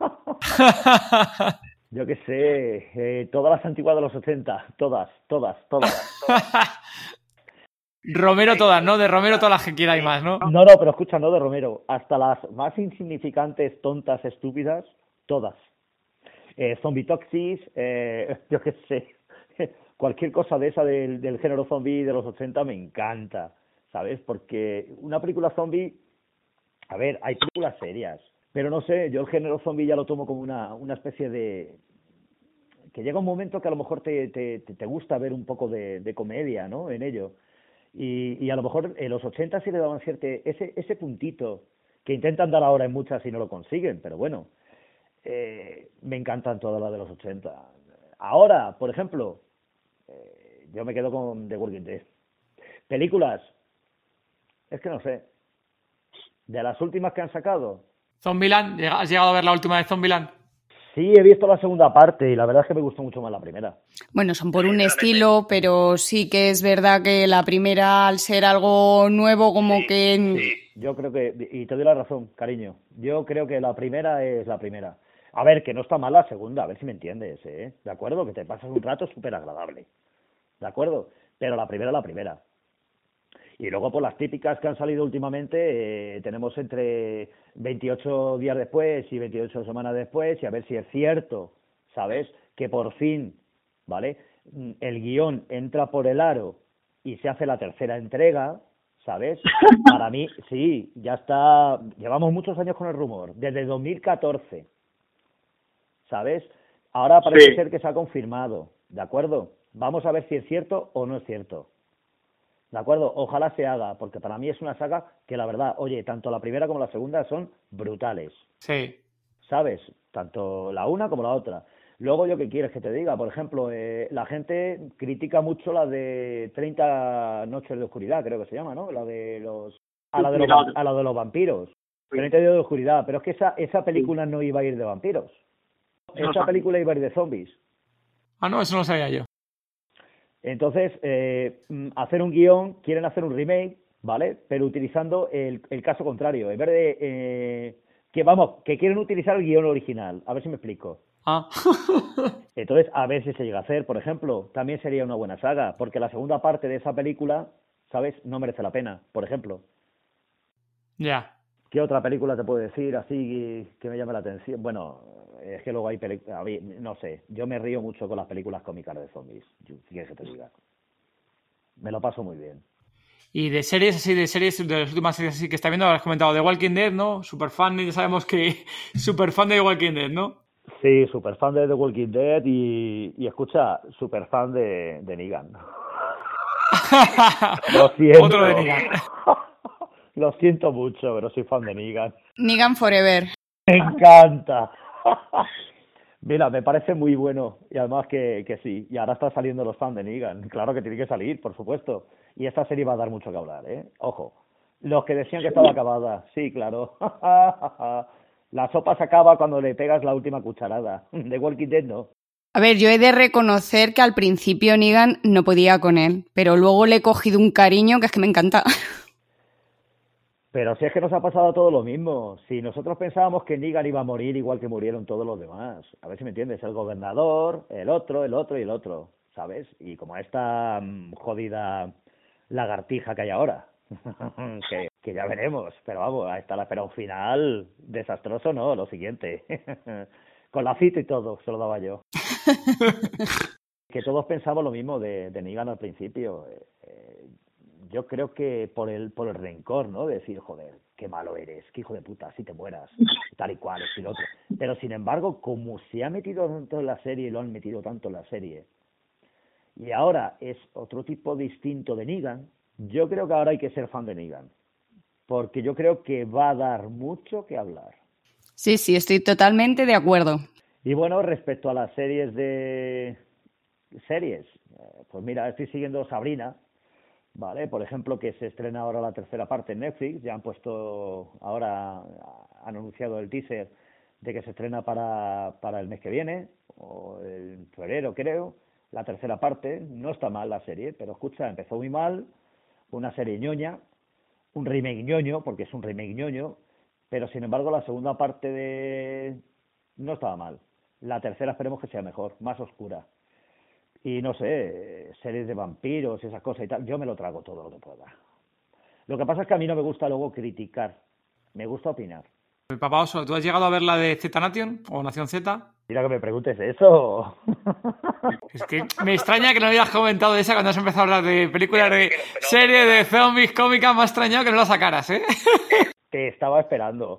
Yo qué sé, todas las antiguas de los 80, todas. Romero todas, ¿no? De Romero todas las que quiera y más, ¿no? No, pero escucha, no de Romero. Hasta las más insignificantes, tontas, estúpidas, todas. Zombie Toxis, yo qué sé. Cualquier cosa de esa del género zombie de los 80 me encanta, ¿sabes? Porque una película zombie, a ver, hay películas serias, pero no sé, yo el género zombie ya lo tomo como una especie de... que llega un momento que a lo mejor te gusta ver un poco de comedia, ¿no? En ello. Y a lo mejor en los 80 sí le daban ese puntito que intentan dar ahora en muchas y no lo consiguen, pero bueno, me encantan todas las de los 80. Ahora, por ejemplo, yo me quedo con The Walking Dead. Películas, es que no sé, de las últimas que han sacado. Zombieland, ¿has llegado a ver la última de Zombieland? Sí, he visto la segunda parte y la verdad es que me gustó mucho más la primera. Bueno, son por un estilo, pero sí que es verdad que la primera, al ser algo nuevo, como que... Sí, yo creo que, y te doy la razón, cariño, yo creo que la primera es la primera. A ver, que no está mal la segunda, a ver si me entiendes, ¿eh? ¿De acuerdo? Que te pasas un rato súper agradable, ¿de acuerdo? Pero la primera es la primera. Y luego, por las típicas que han salido últimamente, tenemos entre 28 días después y 28 semanas después, y a ver si es cierto, ¿sabes? Que por fin, ¿vale? El guión entra por el aro y se hace la tercera entrega, ¿sabes? Para mí, sí, ya está. Llevamos muchos años con el rumor, desde 2014, ¿sabes? Ahora parece ser que se ha confirmado, ¿de acuerdo? Vamos a ver si es cierto o no es cierto. ¿De acuerdo? Ojalá se haga, porque para mí es una saga que la verdad, oye, tanto la primera como la segunda son brutales. Sí. ¿Sabes? Tanto la una como la otra. Luego, ¿yo qué quieres que te diga? Por ejemplo, la gente critica mucho la de 30 noches de oscuridad, creo que se llama, ¿no? La de los... A la de los vampiros. 30 días de oscuridad. Pero es que esa película no iba a ir de vampiros. Esa película iba a ir de zombies. Ah, no, eso no lo sabía yo. Entonces, hacer un guión, quieren hacer un remake, ¿vale? Pero utilizando el caso contrario. En vez de... que quieren utilizar el guión original. A ver si me explico. Ah. Entonces, a ver si se llega a hacer, por ejemplo. También sería una buena saga, porque la segunda parte de esa película, ¿sabes? No merece la pena, por ejemplo. Ya. ¿Qué otra película te puedo decir así que me llame la atención? Bueno, es que luego hay películas... No sé, yo me río mucho con las películas cómicas de zombies. ¿Qué quieres que te diga? Me lo paso muy bien. Y de series así, de las últimas series así que está viendo, has comentado The Walking Dead, ¿no? Super fan, ya sabemos que super fan de The Walking Dead, ¿no? Sí, super fan de The Walking Dead y escucha, super fan de Negan. Lo siento. Otro de Negan. Lo siento mucho, pero soy fan de Negan. Negan Forever. Me encanta. Mira, me parece muy bueno y además que sí. Y ahora está saliendo los fans de Negan. Claro que tiene que salir, por supuesto. Y esta serie va a dar mucho que hablar, ¿eh? Ojo. Los que decían que estaba acabada. Sí, claro. La sopa se acaba cuando le pegas la última cucharada. De Walking Dead no. A ver, yo he de reconocer que al principio Negan no podía con él, pero luego le he cogido un cariño que es que me encanta. Pero si es que nos ha pasado todo lo mismo. Si nosotros pensábamos que Negan iba a morir igual que murieron todos los demás. A ver si me entiendes. El gobernador, el otro y el otro. ¿Sabes? Y como esta jodida lagartija que hay ahora. que ya veremos. Pero vamos, ahí está pero un final desastroso, ¿no? Lo siguiente. Con la cita y todo, se lo daba yo. Que todos pensamos lo mismo de Negan al principio. Yo creo que por el rencor, ¿no? De decir, joder, qué malo eres, qué hijo de puta, si te mueras, tal y cual, y lo otro. Pero sin embargo, como se ha metido tanto en la serie, lo han metido tanto en la serie, y ahora es otro tipo distinto de Negan, yo creo que ahora hay que ser fan de Negan. Porque yo creo que va a dar mucho que hablar. Sí, sí, estoy totalmente de acuerdo. Y bueno, respecto a las series pues mira, estoy siguiendo Sabrina, ¿vale? Por ejemplo, que se estrena ahora la tercera parte en Netflix, ya han anunciado el teaser de que se estrena para el mes que viene, o en febrero creo, la tercera parte. No está mal la serie, pero escucha, empezó muy mal, una serie ñoña, un remake ñoño, porque es un remake ñoño, pero sin embargo la segunda parte no estaba mal. La tercera esperemos que sea mejor, más oscura. y no sé, series de vampiros y esas cosas y tal, yo me lo trago todo lo que pueda. Lo que pasa es que a mí no me gusta luego criticar, me gusta opinar. Papá Oso, ¿tú has llegado a ver la de Z Nation o Nación Z? Mira que me preguntes eso. Es que me extraña que no hayas comentado de esa cuando has empezado a hablar de películas de serie de zombies cómicas. Me ha extrañado que no la sacaras, ¿eh? Te estaba esperando.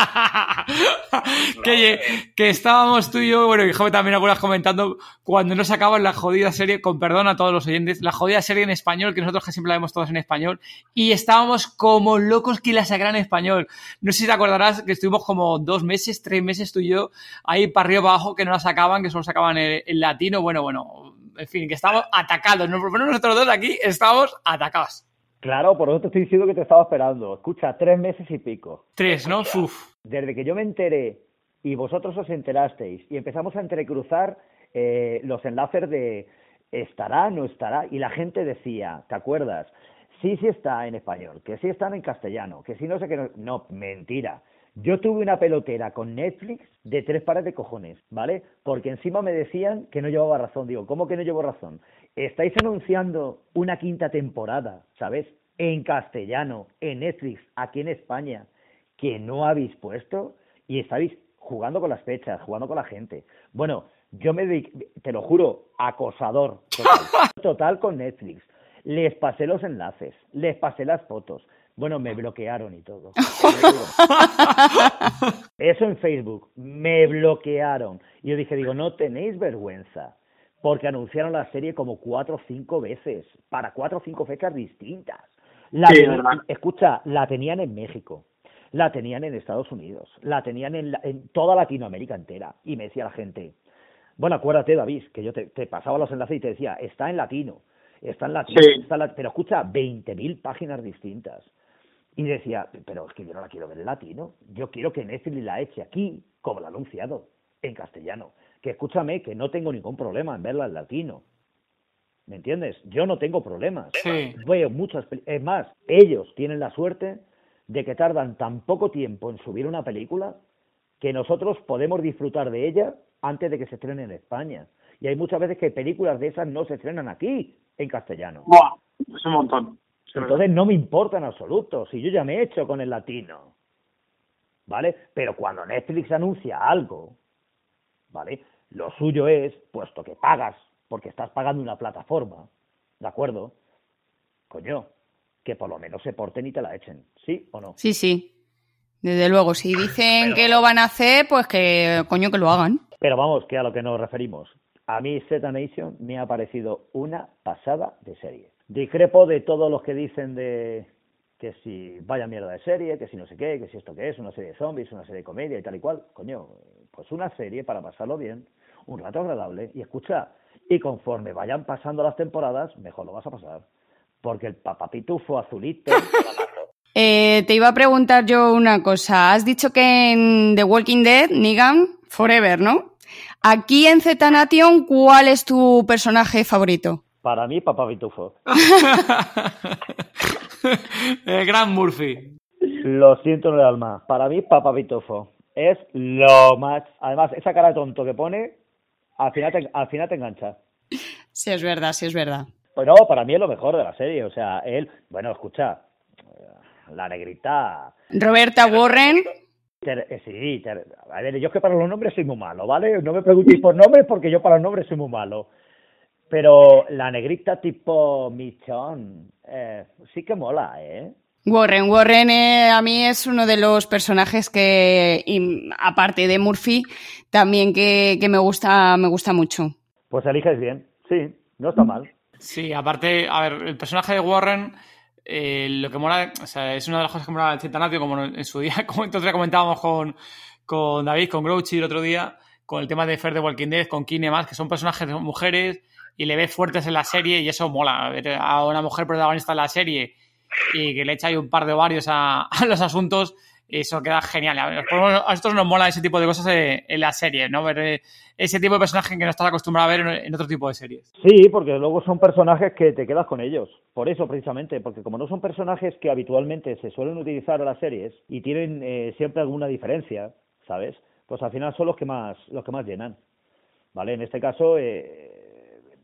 que estábamos tú y yo, bueno, y Jove también algunas comentando cuando no sacaban la jodida serie, con perdón a todos los oyentes, la jodida serie en español, que nosotros que siempre la vemos todos en español, y estábamos como locos que la sacaran en español. No sé si te acordarás que estuvimos como 2 meses, 3 meses tú y yo, ahí para arriba abajo, que no la sacaban, que solo sacaban el latino, bueno, en fin, que estábamos atacados. Nosotros dos aquí estamos atacados. Claro, por eso te estoy diciendo que te estaba esperando. Escucha, 3 meses y pico. 3, ¿no? Uf. Desde que yo me enteré y vosotros os enterasteis y empezamos a entrecruzar los enlaces de estará, no estará, y la gente decía, ¿te acuerdas? Sí está en español, que sí están en castellano, que sí no sé qué. No, mentira. Yo tuve una pelotera con Netflix de 3 pares de cojones, ¿vale? Porque encima me decían que no llevaba razón. Digo, ¿cómo que no llevo razón? Estáis anunciando una 5ª temporada, ¿sabes? En castellano, en Netflix, aquí en España, que no habéis puesto y estáis jugando con las fechas, jugando con la gente. Bueno, yo me dediqué, te lo juro, acosador total con Netflix. Les pasé los enlaces, les pasé las fotos. Bueno, me bloquearon y todo. Eso en Facebook, me bloquearon. Y yo digo, no tenéis vergüenza. Porque anunciaron la serie como 4 o 5 veces, para 4 o 5 fechas distintas. Escucha, la tenían en México, la tenían en Estados Unidos, la tenían en toda Latinoamérica entera. Y me decía la gente, bueno, acuérdate, David, que yo te pasaba los enlaces y te decía, está en latino, sí. Pero escucha, 20.000 páginas distintas. Y decía, pero es que yo no la quiero ver en latino, yo quiero que Netflix la eche aquí, como la ha anunciado, en castellano. Que escúchame, que no tengo ningún problema en verla en latino. ¿Me entiendes? Yo no tengo problemas. Sí. Veo muchas es más, ellos tienen la suerte de que tardan tan poco tiempo en subir una película que nosotros podemos disfrutar de ella antes de que se estrene en España. Y hay muchas veces que películas de esas no se estrenan aquí, en castellano. ¡Buah! Es un montón. Entonces no me importa en absoluto, si yo ya me he hecho con el latino, ¿vale? Pero cuando Netflix anuncia algo, ¿vale? Lo suyo es, puesto que pagas, porque estás pagando una plataforma, ¿de acuerdo? Coño, que por lo menos se porten y te la echen, ¿sí o no? Sí. Desde luego, si dicen que lo van a hacer, pues que coño que lo hagan. Pero vamos, que a lo que nos referimos. A mí Z Nation me ha parecido una pasada de serie. Discrepo de todos los que dicen de que si vaya mierda de serie, que si no sé qué, que si esto que es, una serie de zombies, una serie de comedia y tal y cual. Coño, pues una serie para pasarlo bien, un rato agradable. Y escucha, y conforme vayan pasando las temporadas, mejor lo vas a pasar. Porque el papapitufo azulito... Te iba a preguntar yo una cosa. Has dicho que en The Walking Dead, Negan Forever, ¿no? Aquí en Z Nation, ¿cuál es tu personaje favorito? Para mí, papapitufo. El gran Murphy. Lo siento en el alma. Para mí, papapitufo es lo más... Además, esa cara de tonto que pone, al final te engancha. Sí, es verdad. Pues no, para mí es lo mejor de la serie. O sea, él... Bueno, escucha... La negrita... Roberta Warren. Sí, a ver, yo es que para los nombres soy muy malo, ¿vale? No me preguntéis por nombres porque yo para los nombres soy muy malo. Pero la negrita tipo Michonne, sí que mola, ¿eh? Warren a mí es uno de los personajes que, aparte de Murphy, también que me gusta mucho. Pues eliges bien, sí, no está mal. Sí, aparte, a ver, el personaje de Warren... lo que mola, o sea, es una de las cosas que mola el Z Nation, como en su día, como entonces comentábamos con David, con Grouchy el otro día, con el tema de Fear the Walking Dead, con Kim y demás, que son personajes de mujeres y le ves fuertes en la serie y eso mola. Ver a una mujer protagonista en la serie y que le echa ahí un par de ovarios a los asuntos, eso queda genial. A nosotros nos mola ese tipo de cosas en la serie, ¿no? Ver ese tipo de personajes que no estás acostumbrado a ver en otro tipo de series. Sí, porque luego son personajes que te quedas con ellos. Por eso, precisamente, porque como no son personajes que habitualmente se suelen utilizar en las series y tienen siempre alguna diferencia, ¿sabes? Pues al final son los que más llenan, ¿vale? En este caso,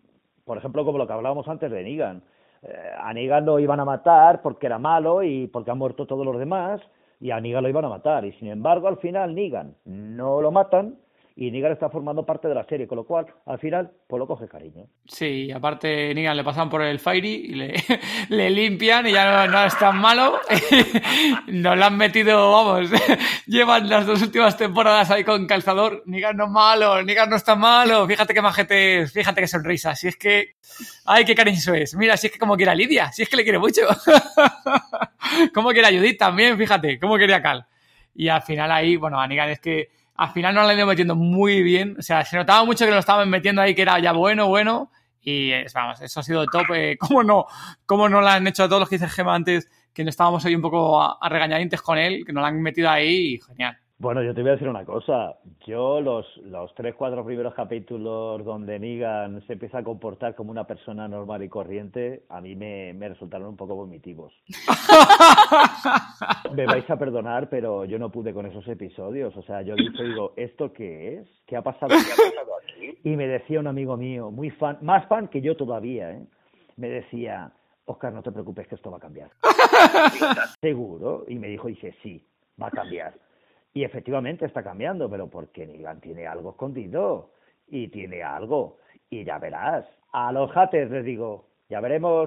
por ejemplo, como lo que hablábamos antes de Negan. A Negan lo iban a matar porque era malo y porque han muerto todos los demás, y a Negan lo iban a matar. Y sin embargo, al final Negan no lo matan y Negan está formando parte de la serie, con lo cual, al final, pues lo coge cariño. Sí, aparte Negan le pasan por el Fairy y le limpian y ya no es tan malo. Nos lo han metido, vamos, llevan las 2 últimas temporadas ahí con calzador. Negan no es malo, Negan no es tan malo. Fíjate qué majete es, fíjate qué sonrisa. Si es que, ay, qué cariñoso es. Mira, si es que como quiere a Lidia, si es que le quiere mucho. Como quiere a Judith también, fíjate, cómo quería a Cal. Y al final ahí, bueno, a Negan es que al final nos lo han ido metiendo muy bien. O sea, se notaba mucho que lo estaban metiendo ahí, que era ya bueno. Y vamos, eso ha sido de top. ¿Cómo no lo han hecho a todos los que dice Gema antes, que no estábamos ahí un poco a regañadientes con él, que nos lo han metido ahí y genial. Bueno, yo te voy a decir una cosa. Yo los 3-4 primeros capítulos donde Negan se empieza a comportar como una persona normal y corriente, a mí me resultaron un poco vomitivos. Me vais a perdonar, pero yo no pude con esos episodios. O sea, yo digo, ¿esto qué es? ¿Qué ha pasado aquí? Y me decía un amigo mío, muy fan, más fan que yo todavía, me decía, Óscar, no te preocupes que esto va a cambiar. ¿Seguro? Y me dice, sí, va a cambiar. Y efectivamente está cambiando, pero porque Negan tiene algo escondido. Y tiene algo. Y ya verás. A los haters les digo, ya veremos.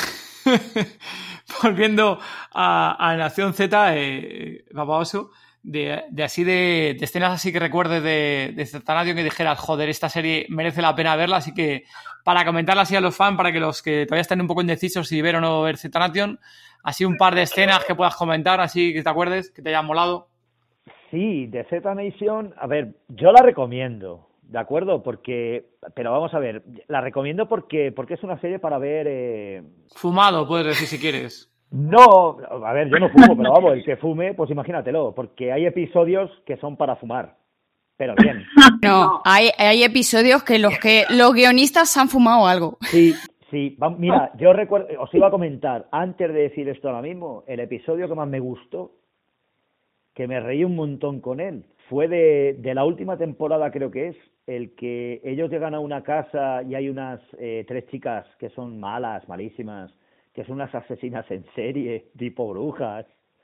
Volviendo a Nación Z, Papaoso, de escenas así que recuerdes de Zetanation que dijeras, joder, esta serie merece la pena verla, así que para comentarla así a los fans, para que los que todavía estén un poco indecisos si ver o no ver Zetanation, así un par de escenas que puedas comentar, así que te acuerdes, que te hayan molado. Sí, de Zetanation, a ver, yo la recomiendo, ¿de acuerdo? Pero vamos a ver, la recomiendo porque es una serie para ver... Fumado, puedes decir si quieres. No, a ver, yo no fumo, pero vamos, el que fume, pues imagínatelo, porque hay episodios que son para fumar, pero bien. No, hay episodios que los guionistas han fumado algo. Sí, mira, yo recuerdo, os iba a comentar, antes de decir esto ahora mismo, el episodio que más me gustó, que me reí un montón con él, fue de la última temporada, creo que es, el que ellos llegan a una casa y hay unas 3 chicas que son malísimas, que son unas asesinas en serie, tipo brujas,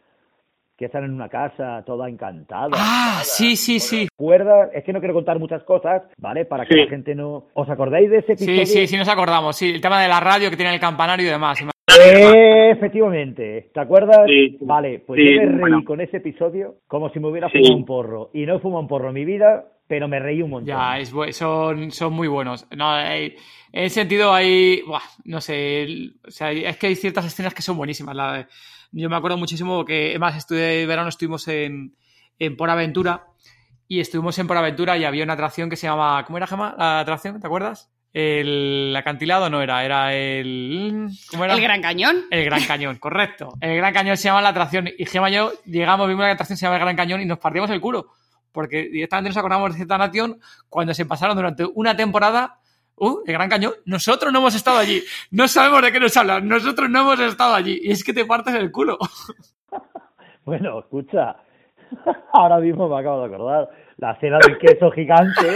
que están en una casa toda encantada. Ah, sí. ¿Recuerdas? Es que no quiero contar muchas cosas, ¿vale? Para que la gente no... ¿Os acordáis de ese episodio? Sí, nos acordamos, sí. El tema de la radio que tiene el campanario y demás. Efectivamente, ¿te acuerdas? Sí. Vale, pues yo me reí con ese episodio como si me hubiera fumado un porro. Y no he fumado un porro en mi vida, pero me reí un montón. Ya, son muy buenos. No, en ese sentido hay... no sé, o sea, es que hay ciertas escenas que son buenísimas. Yo me acuerdo muchísimo que, además, verano estuvimos en Por Aventura, y estuvimos en Por Aventura y había una atracción que se llamaba... ¿Cómo era, Gemma, la atracción? ¿Te acuerdas? El acantilado no era el... ¿Cómo era? ¿El Gran Cañón? El Gran Cañón, correcto. El Gran Cañón se llama la atracción. Y Gemma y yo llegamos, vimos la atracción, se llama el Gran Cañón y nos partimos el culo. Porque directamente nos acordamos de Zetanation cuando se pasaron durante una temporada... el Gran Cañón. Nosotros no hemos estado allí. No sabemos de qué nos hablan. Nosotros no hemos estado allí. Y es que te partes el culo. Bueno, escucha. Ahora mismo me acabo de acordar. La escena del queso gigante.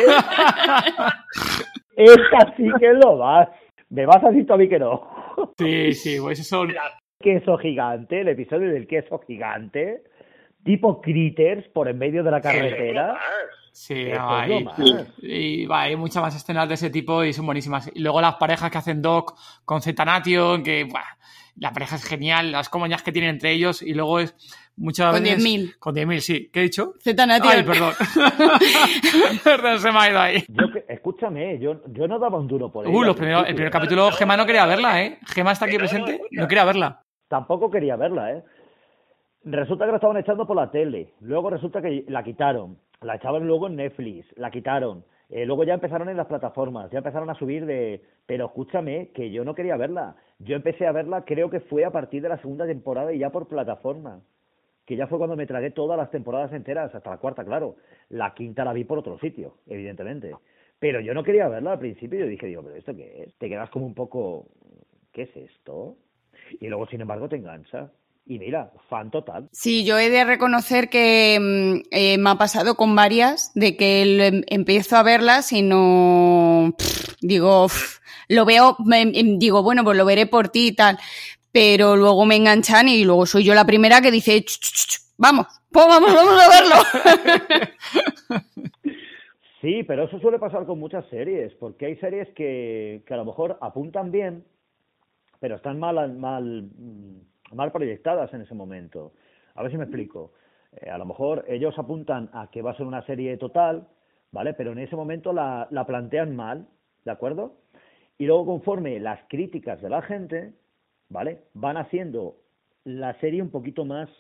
Esta sí que lo vas. ¿Me vas a decir tú a mí que no? Sí, pues eso son... Queso gigante, el episodio del queso gigante, tipo Critters por en medio de la carretera. Sí, hay muchas más escenas de ese tipo y son buenísimas. Y luego las parejas que hacen Doc con Zetanation, que la pareja es genial, las comoñas que tienen entre ellos, y luego es muchas con veces... 10.000. Con 10.000, sí. ¿Qué he dicho? Zetanation. Ay, perdón. Perdón, se me ha ido ahí. Escúchame, yo no daba un duro por ella. El primer capítulo Gemma no quería verla, ¿eh? Gemma está aquí presente, no quería verla. Tampoco quería verla, ¿eh? Resulta que la estaban echando por la tele, luego resulta que la quitaron, la echaban luego en Netflix, la quitaron, luego ya empezaron en las plataformas, ya empezaron a subir Pero escúchame, que yo no quería verla, yo empecé a verla, creo que fue a partir de la 2ª temporada y ya por plataforma, que ya fue cuando me tragué todas las temporadas enteras, hasta la 4ª, claro, la 5ª la vi por otro sitio, evidentemente, pero yo no quería verla al principio, yo dije, ¿pero esto qué es? Te quedas como un poco, ¿qué es esto? Y luego, sin embargo, te engancha. Y mira, fan total. Sí, yo he de reconocer que me ha pasado con varias, de que empiezo a verlas y no... digo, lo veo, digo, bueno, pues lo veré por ti y tal, pero luego me enganchan y luego soy yo la primera que dice, vamos, pues vamos a verlo. Sí, pero eso suele pasar con muchas series, porque hay series que a lo mejor apuntan bien, pero están mal proyectadas en ese momento. A ver si me explico. A lo mejor ellos apuntan a que va a ser una serie total, ¿vale? Pero en ese momento la plantean mal, ¿de acuerdo? Y luego conforme las críticas de la gente, ¿vale? Van haciendo la serie un poquito más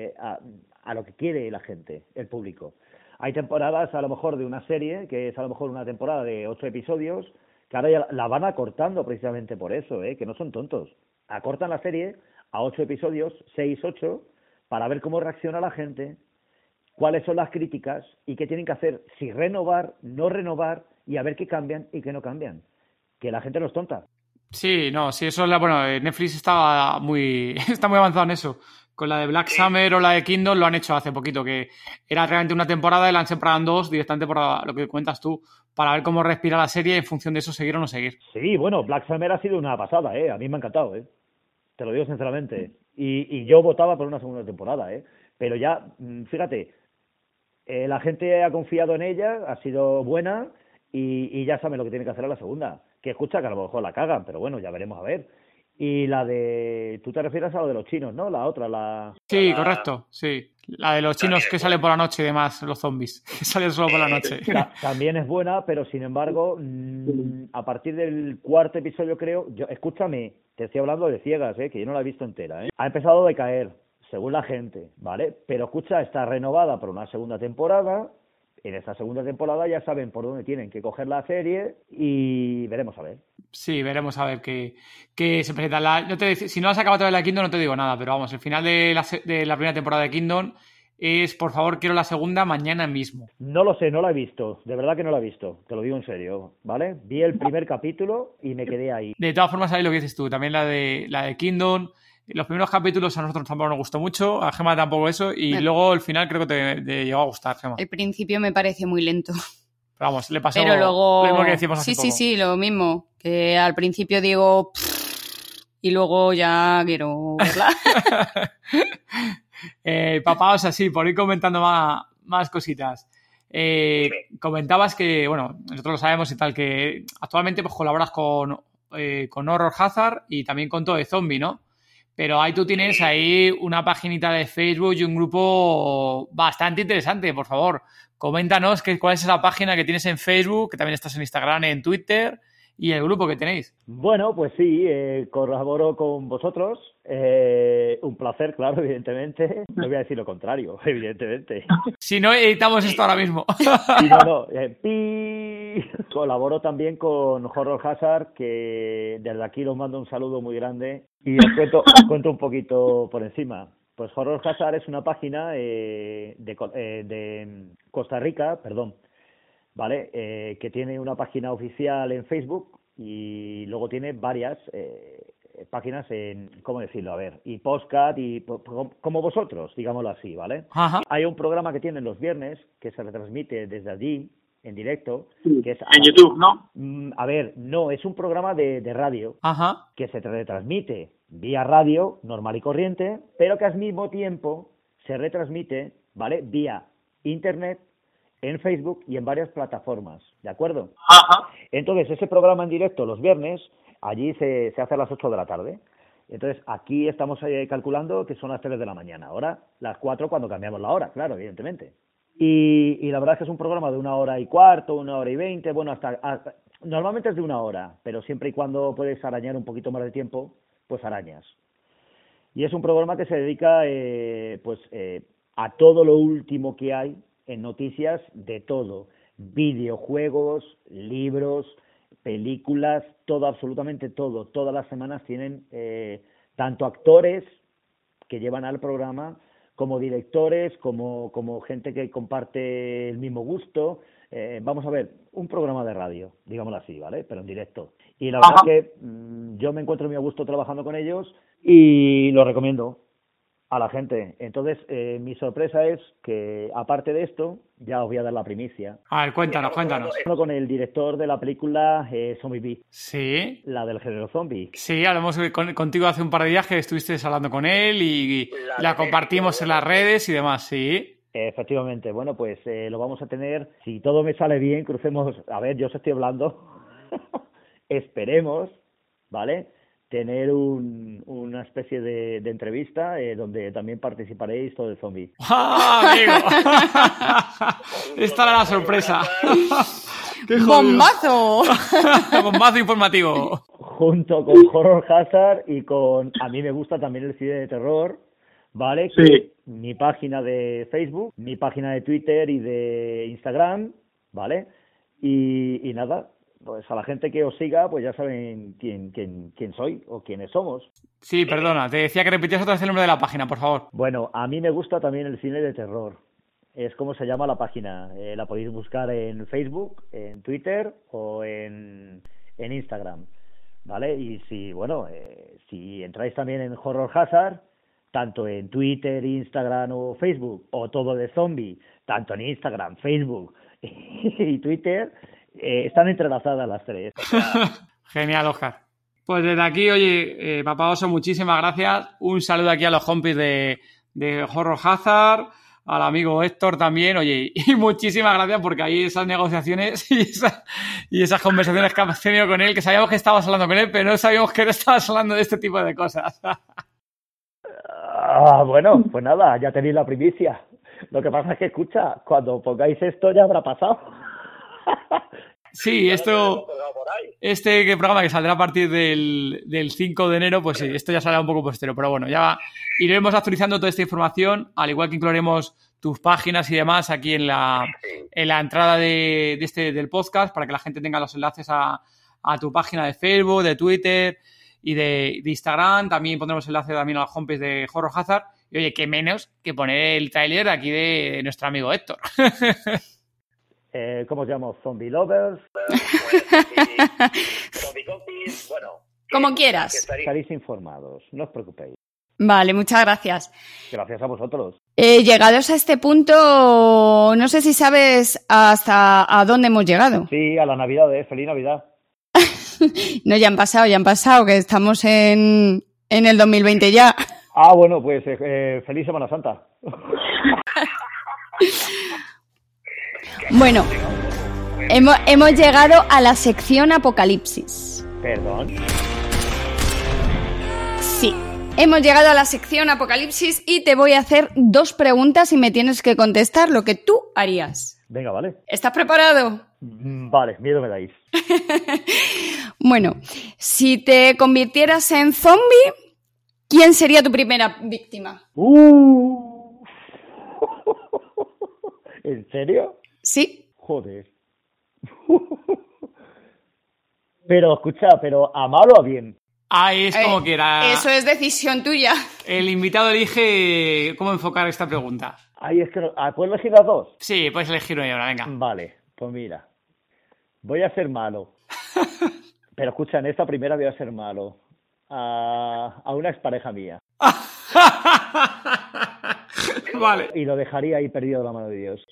a lo que quiere la gente, el público. Hay temporadas a lo mejor de una serie, que es a lo mejor una temporada de 8 episodios, que ahora ya la van acortando precisamente por eso, que no son tontos. Acortan la serie a 8 episodios, 6, 8, para ver cómo reacciona la gente, cuáles son las críticas y qué tienen que hacer, si renovar, no renovar, y a ver qué cambian y qué no cambian. Que la gente no es tonta. Sí, no, sí, eso es bueno, Netflix está muy avanzado en eso. Con la de Black Summer o la de Kingdom lo han hecho hace poquito, que era realmente una temporada y la han separado en 2 directamente por lo que cuentas tú, para ver cómo respira la serie y en función de eso seguir o no seguir. Sí, bueno, Black Summer ha sido una pasada, a mí me ha encantado, te lo digo sinceramente. Y yo votaba por una segunda temporada, pero ya, fíjate, la gente ha confiado en ella, ha sido buena y ya saben lo que tiene que hacer a la segunda. Que escucha que a lo mejor la cagan, pero bueno, ya veremos a ver. Y la de... Tú te refieres a lo de los chinos, ¿no? La otra, la... Sí, correcto, sí. La de los chinos que sale por la noche y demás, los zombies, que salen solo por la noche. También es buena, pero sin embargo, a partir del 4.º episodio creo... Escúchame, te estoy hablando de Ciegas, que yo no la he visto entera, Ha empezado a decaer, según la gente, ¿vale? Pero escucha, está renovada por una segunda temporada. En esta segunda temporada ya saben por dónde tienen que coger la serie y veremos a ver. Sí, veremos a ver qué se presenta. Si no has acabado de ver la Kingdom no te digo nada, pero vamos, el final de la primera temporada de Kingdom es, por favor, quiero la segunda mañana mismo. No lo sé, no la he visto, de verdad que no la he visto, te lo digo en serio, ¿vale? Vi el primer capítulo y me quedé ahí. De todas formas, sabéis lo que dices tú, también la de Kingdom. Los primeros capítulos a nosotros tampoco nos gustó mucho, a Gemma tampoco eso, y luego el final creo que te llegó a gustar, Gemma. El principio me parece muy lento. Pero vamos, le pasó pero luego... lo mismo que decimos hace sí, poco. Sí, lo mismo. Que al principio digo... y luego ya quiero verla. Papá, o sea, sí, por ir comentando más cositas. Comentabas que, bueno, nosotros lo sabemos y tal, que actualmente pues colaboras con Horror Hazard y también con Todo de Zombie, ¿no? Pero ahí tú tienes ahí una paginita de Facebook y un grupo bastante interesante, por favor. Coméntanos cuál es esa página que tienes en Facebook, que también estás en Instagram, en Twitter y el grupo que tenéis. Bueno, pues sí, colaboro con vosotros. Un placer, claro, evidentemente. No voy a decir lo contrario, evidentemente. Si no, editamos esto ahora mismo. Y no, Colaboro también con Horror Hazard, que desde aquí os mando un saludo muy grande. Y os cuento un poquito por encima. Pues Horror Hazard es una página de Costa Rica, ¿vale? Que tiene una página oficial en Facebook y luego tiene varias páginas en, ¿cómo decirlo? A ver, y podcast y como vosotros, digámoslo así, ¿vale? Ajá. Hay un programa que tienen los viernes que se retransmite desde allí, en directo, que es... En YouTube, ¿no? A ver, no, es un programa de radio. Ajá. Que se retransmite vía radio, normal y corriente, pero que al mismo tiempo se retransmite, ¿vale? Vía internet, en Facebook y en varias plataformas, ¿de acuerdo? Ajá. Entonces, ese programa en directo los viernes, allí se hace a las 8 de la tarde. Entonces, aquí estamos calculando que son las 3 de la mañana. Ahora, las 4 cuando cambiamos la hora, claro, evidentemente. Y la verdad es que es un programa de 1 hora y cuarto, 1 hora y 20, bueno, hasta normalmente es de 1 hora, pero siempre y cuando puedes arañar un poquito más de tiempo, pues arañas. Y es un programa que se dedica a todo lo último que hay en noticias de todo, videojuegos, libros, películas, todo, absolutamente todo. Todas las semanas tienen tanto actores que llevan al programa como directores, como gente que comparte el mismo gusto. Vamos a ver, un programa de radio, digámoslo así, ¿vale? Pero en directo. Y la verdad es que yo me encuentro muy a gusto trabajando con ellos y lo recomiendo. a la gente. Entonces, mi sorpresa es que, aparte de esto, ya os voy a dar la primicia. A ver, cuéntanos. Hablo con el director de la película Zombie Beat, Sí. la del género zombie. Sí, hablamos contigo hace un par de días que estuviste hablando con él y la compartimos en las redes y demás, sí. Efectivamente, bueno, pues lo vamos a tener, si todo me sale bien, crucemos, a ver, yo os estoy hablando, esperemos, ¿vale?, tener una especie de entrevista donde también participaréis todo el zombie. ¡Ah, amigo! Esta era la sorpresa. ¡Bombazo! Bombazo informativo. Junto con Horror Hazard y con... A mí me gusta también el cine de terror, ¿vale? Sí. Mi página de Facebook, mi página de Twitter y de Instagram, ¿vale? Y nada, pues a la gente que os siga, pues ya saben quién soy o quiénes somos. Sí, perdona, te decía que repitías otra vez el nombre de la página, por favor. Bueno, a mí me gusta también el cine de terror. Es como se llama la página. La podéis buscar en Facebook, en Twitter o en Instagram, ¿vale? Y si entráis también en Horror Hazard, tanto en Twitter, Instagram o Facebook, o todo de zombie, tanto en Instagram, Facebook y Twitter, están entrelazadas las tres. Genial, Óscar. Pues desde aquí, oye, Papá Oso, muchísimas gracias. Un saludo aquí a los compis de Horror Hazard, al amigo Héctor también, oye, y muchísimas gracias porque ahí esas negociaciones y esas conversaciones que has tenido con él, que sabíamos que estabas hablando con él, pero no sabíamos que no estabas hablando de este tipo de cosas. Bueno, pues nada, ya tenéis la primicia. Lo que pasa es que, escucha, cuando pongáis esto ya habrá pasado. Sí, este programa que saldrá a partir del 5 de enero, pues sí, esto ya saldrá un poco posterior, pero bueno, ya iremos actualizando toda esta información, al igual que incluiremos tus páginas y demás aquí en la entrada del podcast, para que la gente tenga los enlaces a tu página de Facebook, de Twitter y de Instagram. También pondremos enlace también a la homepage de Horror Hazard. Y oye, qué menos que poner el tráiler aquí de nuestro amigo Héctor. ¿Cómo os llamo? ¿Zombie Lovers? Zombie Compis, bueno. Como quieras. Estaréis informados, no os preocupéis. Vale, muchas gracias. Gracias a vosotros. Llegados a este punto, no sé si sabes hasta a dónde hemos llegado. Sí, a la Navidad, feliz Navidad. No, ya han pasado, que estamos en el 2020 ya. Ah, bueno, pues feliz Semana Santa. Bueno, hemos llegado a la sección Apocalipsis. ¿Perdón? Sí, hemos llegado a la sección Apocalipsis y te voy a hacer 2 preguntas y me tienes que contestar lo que tú harías. Venga, vale. ¿Estás preparado? Vale, miedo me dais. Bueno, si te convirtieras en zombie, ¿quién sería tu primera víctima? ¿En serio? Sí. Joder. Pero, escucha, ¿a mal o a bien? Ahí es como quiera. Eso es decisión tuya. El invitado elige cómo enfocar esta pregunta. Ahí es que ¿puedo elegir las dos? Sí, puedes elegir una y ahora, venga. Vale, pues mira. Voy a ser malo. Pero escucha, en esta primera voy a ser malo. A una expareja mía. Vale. Y lo dejaría ahí perdido de la mano de Dios.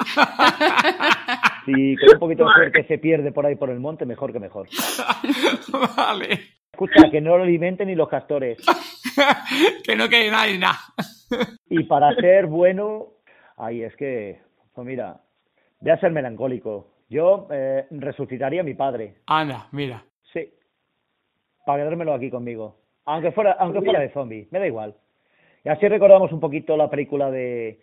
Si con un poquito de suerte se pierde por ahí por el monte, mejor que mejor. Vale. Escucha, que no lo alimenten ni los castores. Que no quede nada ni nada. Y para ser bueno, es que, pues mira, voy a ser melancólico. Yo resucitaría a mi padre. Anda, mira. Sí. Para quedármelo aquí conmigo. Aunque fuera de zombie, me da igual. Y así recordamos un poquito la película de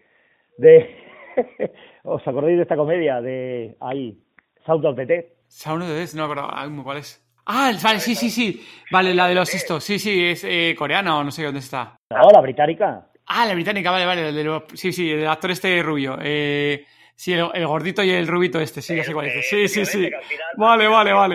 ¿os acordáis de esta comedia de Sound of the Dead? Sound of the Dead, no me acuerdo cuál es. Ah, vale, sí. Vale, la de los estos. Sí, es coreana o no sé dónde está. No, la británica. Ah, la británica, vale. Sí, el actor este rubio. Sí, el gordito y el rubito este, sí, ya sé cuál es. Sí. Vale.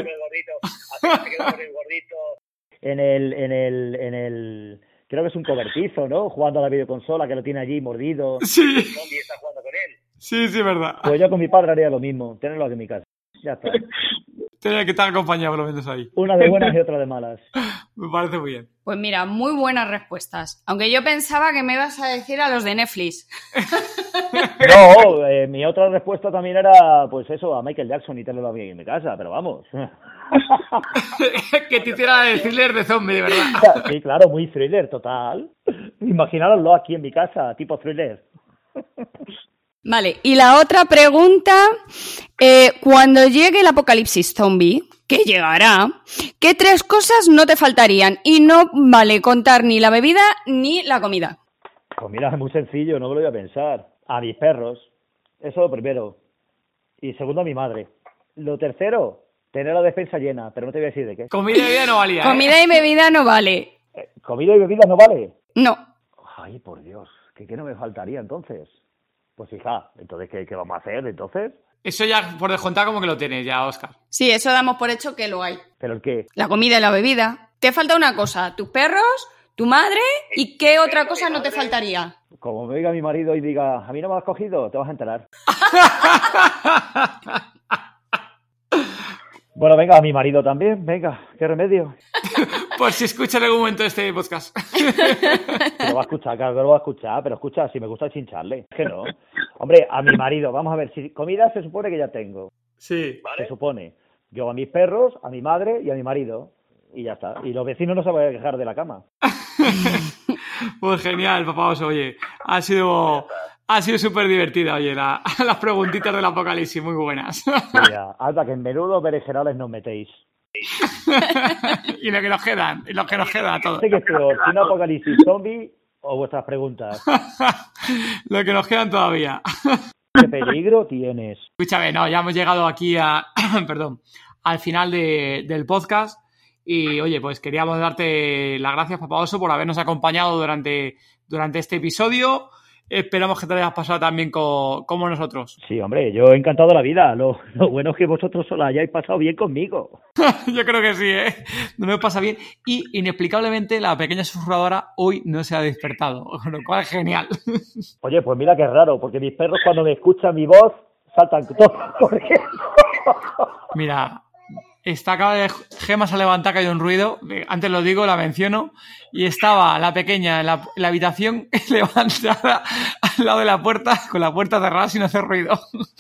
En el creo que es un cobertizo, ¿no? Jugando a la videoconsola, que lo tiene allí mordido. Sí. El zombie está jugando con él. Sí, verdad. Pues yo con mi padre haría lo mismo, tenerlo aquí en mi casa. Ya está. Tener que estar acompañado, por lo menos ahí. Una de buenas y otra de malas. Me parece muy bien. Pues mira, muy buenas respuestas. Aunque yo pensaba que me ibas a decir a los de Netflix. No, mi otra respuesta también era, pues eso, a Michael Jackson y tenerlo bien en mi casa, pero vamos. Que te hiciera el thriller de zombie, de verdad. Sí, claro, muy thriller, total. Imaginároslo aquí en mi casa, tipo thriller. Vale, y la otra pregunta, cuando llegue el apocalipsis zombie, que llegará, ¿qué 3 cosas no te faltarían? Y no vale contar ni la bebida ni la comida. Pues mira, es muy sencillo, no me lo voy a pensar. A mis perros, eso lo primero. Y segundo, a mi madre. Lo tercero, tener la despensa llena, pero no te voy a decir de qué. Comida y bebida no valía, ¿eh? Comida y bebida no vale. ¿Comida y bebida no vale? No. Ay, por Dios, ¿qué no me faltaría entonces? Pues hija, entonces, ¿qué vamos a hacer entonces? Eso ya por descontar como que lo tienes ya, Óscar. Sí, eso damos por hecho que lo hay. ¿Pero el qué? La comida y la bebida. Te falta una cosa, tus perros, tu madre, ¿y qué otra cosa no te faltaría? Como me oiga mi marido y diga, a mí no me has cogido, te vas a enterar. Bueno, venga, a mi marido también, venga, qué remedio. Por si escucha en algún momento este podcast. Lo va a escuchar, claro que lo va a escuchar, pero escucha, si me gusta chincharle. Es que no. Hombre, a mi marido, vamos a ver, si comida se supone que ya tengo. Sí. Se supone. Yo a mis perros, a mi madre y a mi marido. Y ya está. Y los vecinos no se van a quejar de la cama. Pues genial, papá Oso, oye. Ha sido súper divertida, oye, las preguntitas del apocalipsis, muy buenas. Mira, hasta que en menudos berenjenales nos metéis. Y lo que nos quedan, a todos. Sé que es peor, si un apocalipsis zombie o vuestras preguntas. Lo que nos quedan todavía. ¿Qué peligro tienes? Escúchame, no, ya hemos llegado aquí al final del podcast. Y oye, pues queríamos darte las gracias, papá Oso, por habernos acompañado durante este episodio. Esperamos que te hayas pasado también como nosotros. Sí, hombre, yo he encantado la vida. Lo bueno es que vosotros la hayáis pasado bien conmigo. Yo creo que sí, ¿eh? No me pasa bien. Y inexplicablemente la pequeña susurradora hoy no se ha despertado, con lo cual genial. Oye, pues mira qué raro, porque mis perros cuando me escuchan mi voz saltan todos corriendo. Mira, Gema se ha levantado, ha caído un ruido. Antes lo digo, la menciono. Y estaba la pequeña en la habitación levantada al lado de la puerta, con la puerta cerrada sin hacer ruido.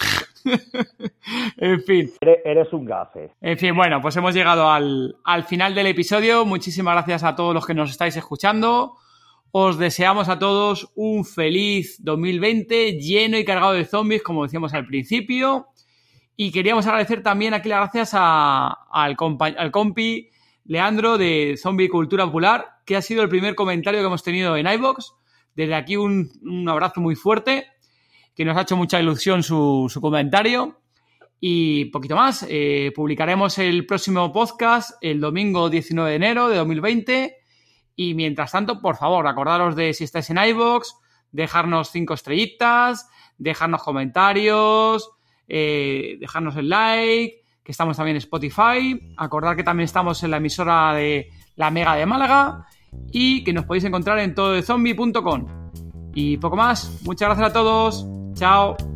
En fin. Eres un gafe. En fin, bueno, pues hemos llegado al final del episodio. Muchísimas gracias a todos los que nos estáis escuchando. Os deseamos a todos un feliz 2020 lleno y cargado de zombies, como decíamos al principio. Y queríamos agradecer también aquí las gracias al compi Leandro de Zombie Cultura Popular, que ha sido el primer comentario que hemos tenido en iVoox. Desde aquí un abrazo muy fuerte, que nos ha hecho mucha ilusión su comentario. Y poquito más, publicaremos el próximo podcast el domingo 19 de enero de 2020. Y mientras tanto, por favor, acordaros de, si estáis en iVoox, dejarnos 5 estrellitas, dejarnos comentarios, dejarnos el like, que estamos también en Spotify. Acordar que también estamos en la emisora de La Mega de Málaga y que nos podéis encontrar en tododezombie.com. Y poco más. Muchas gracias a todos. Chao.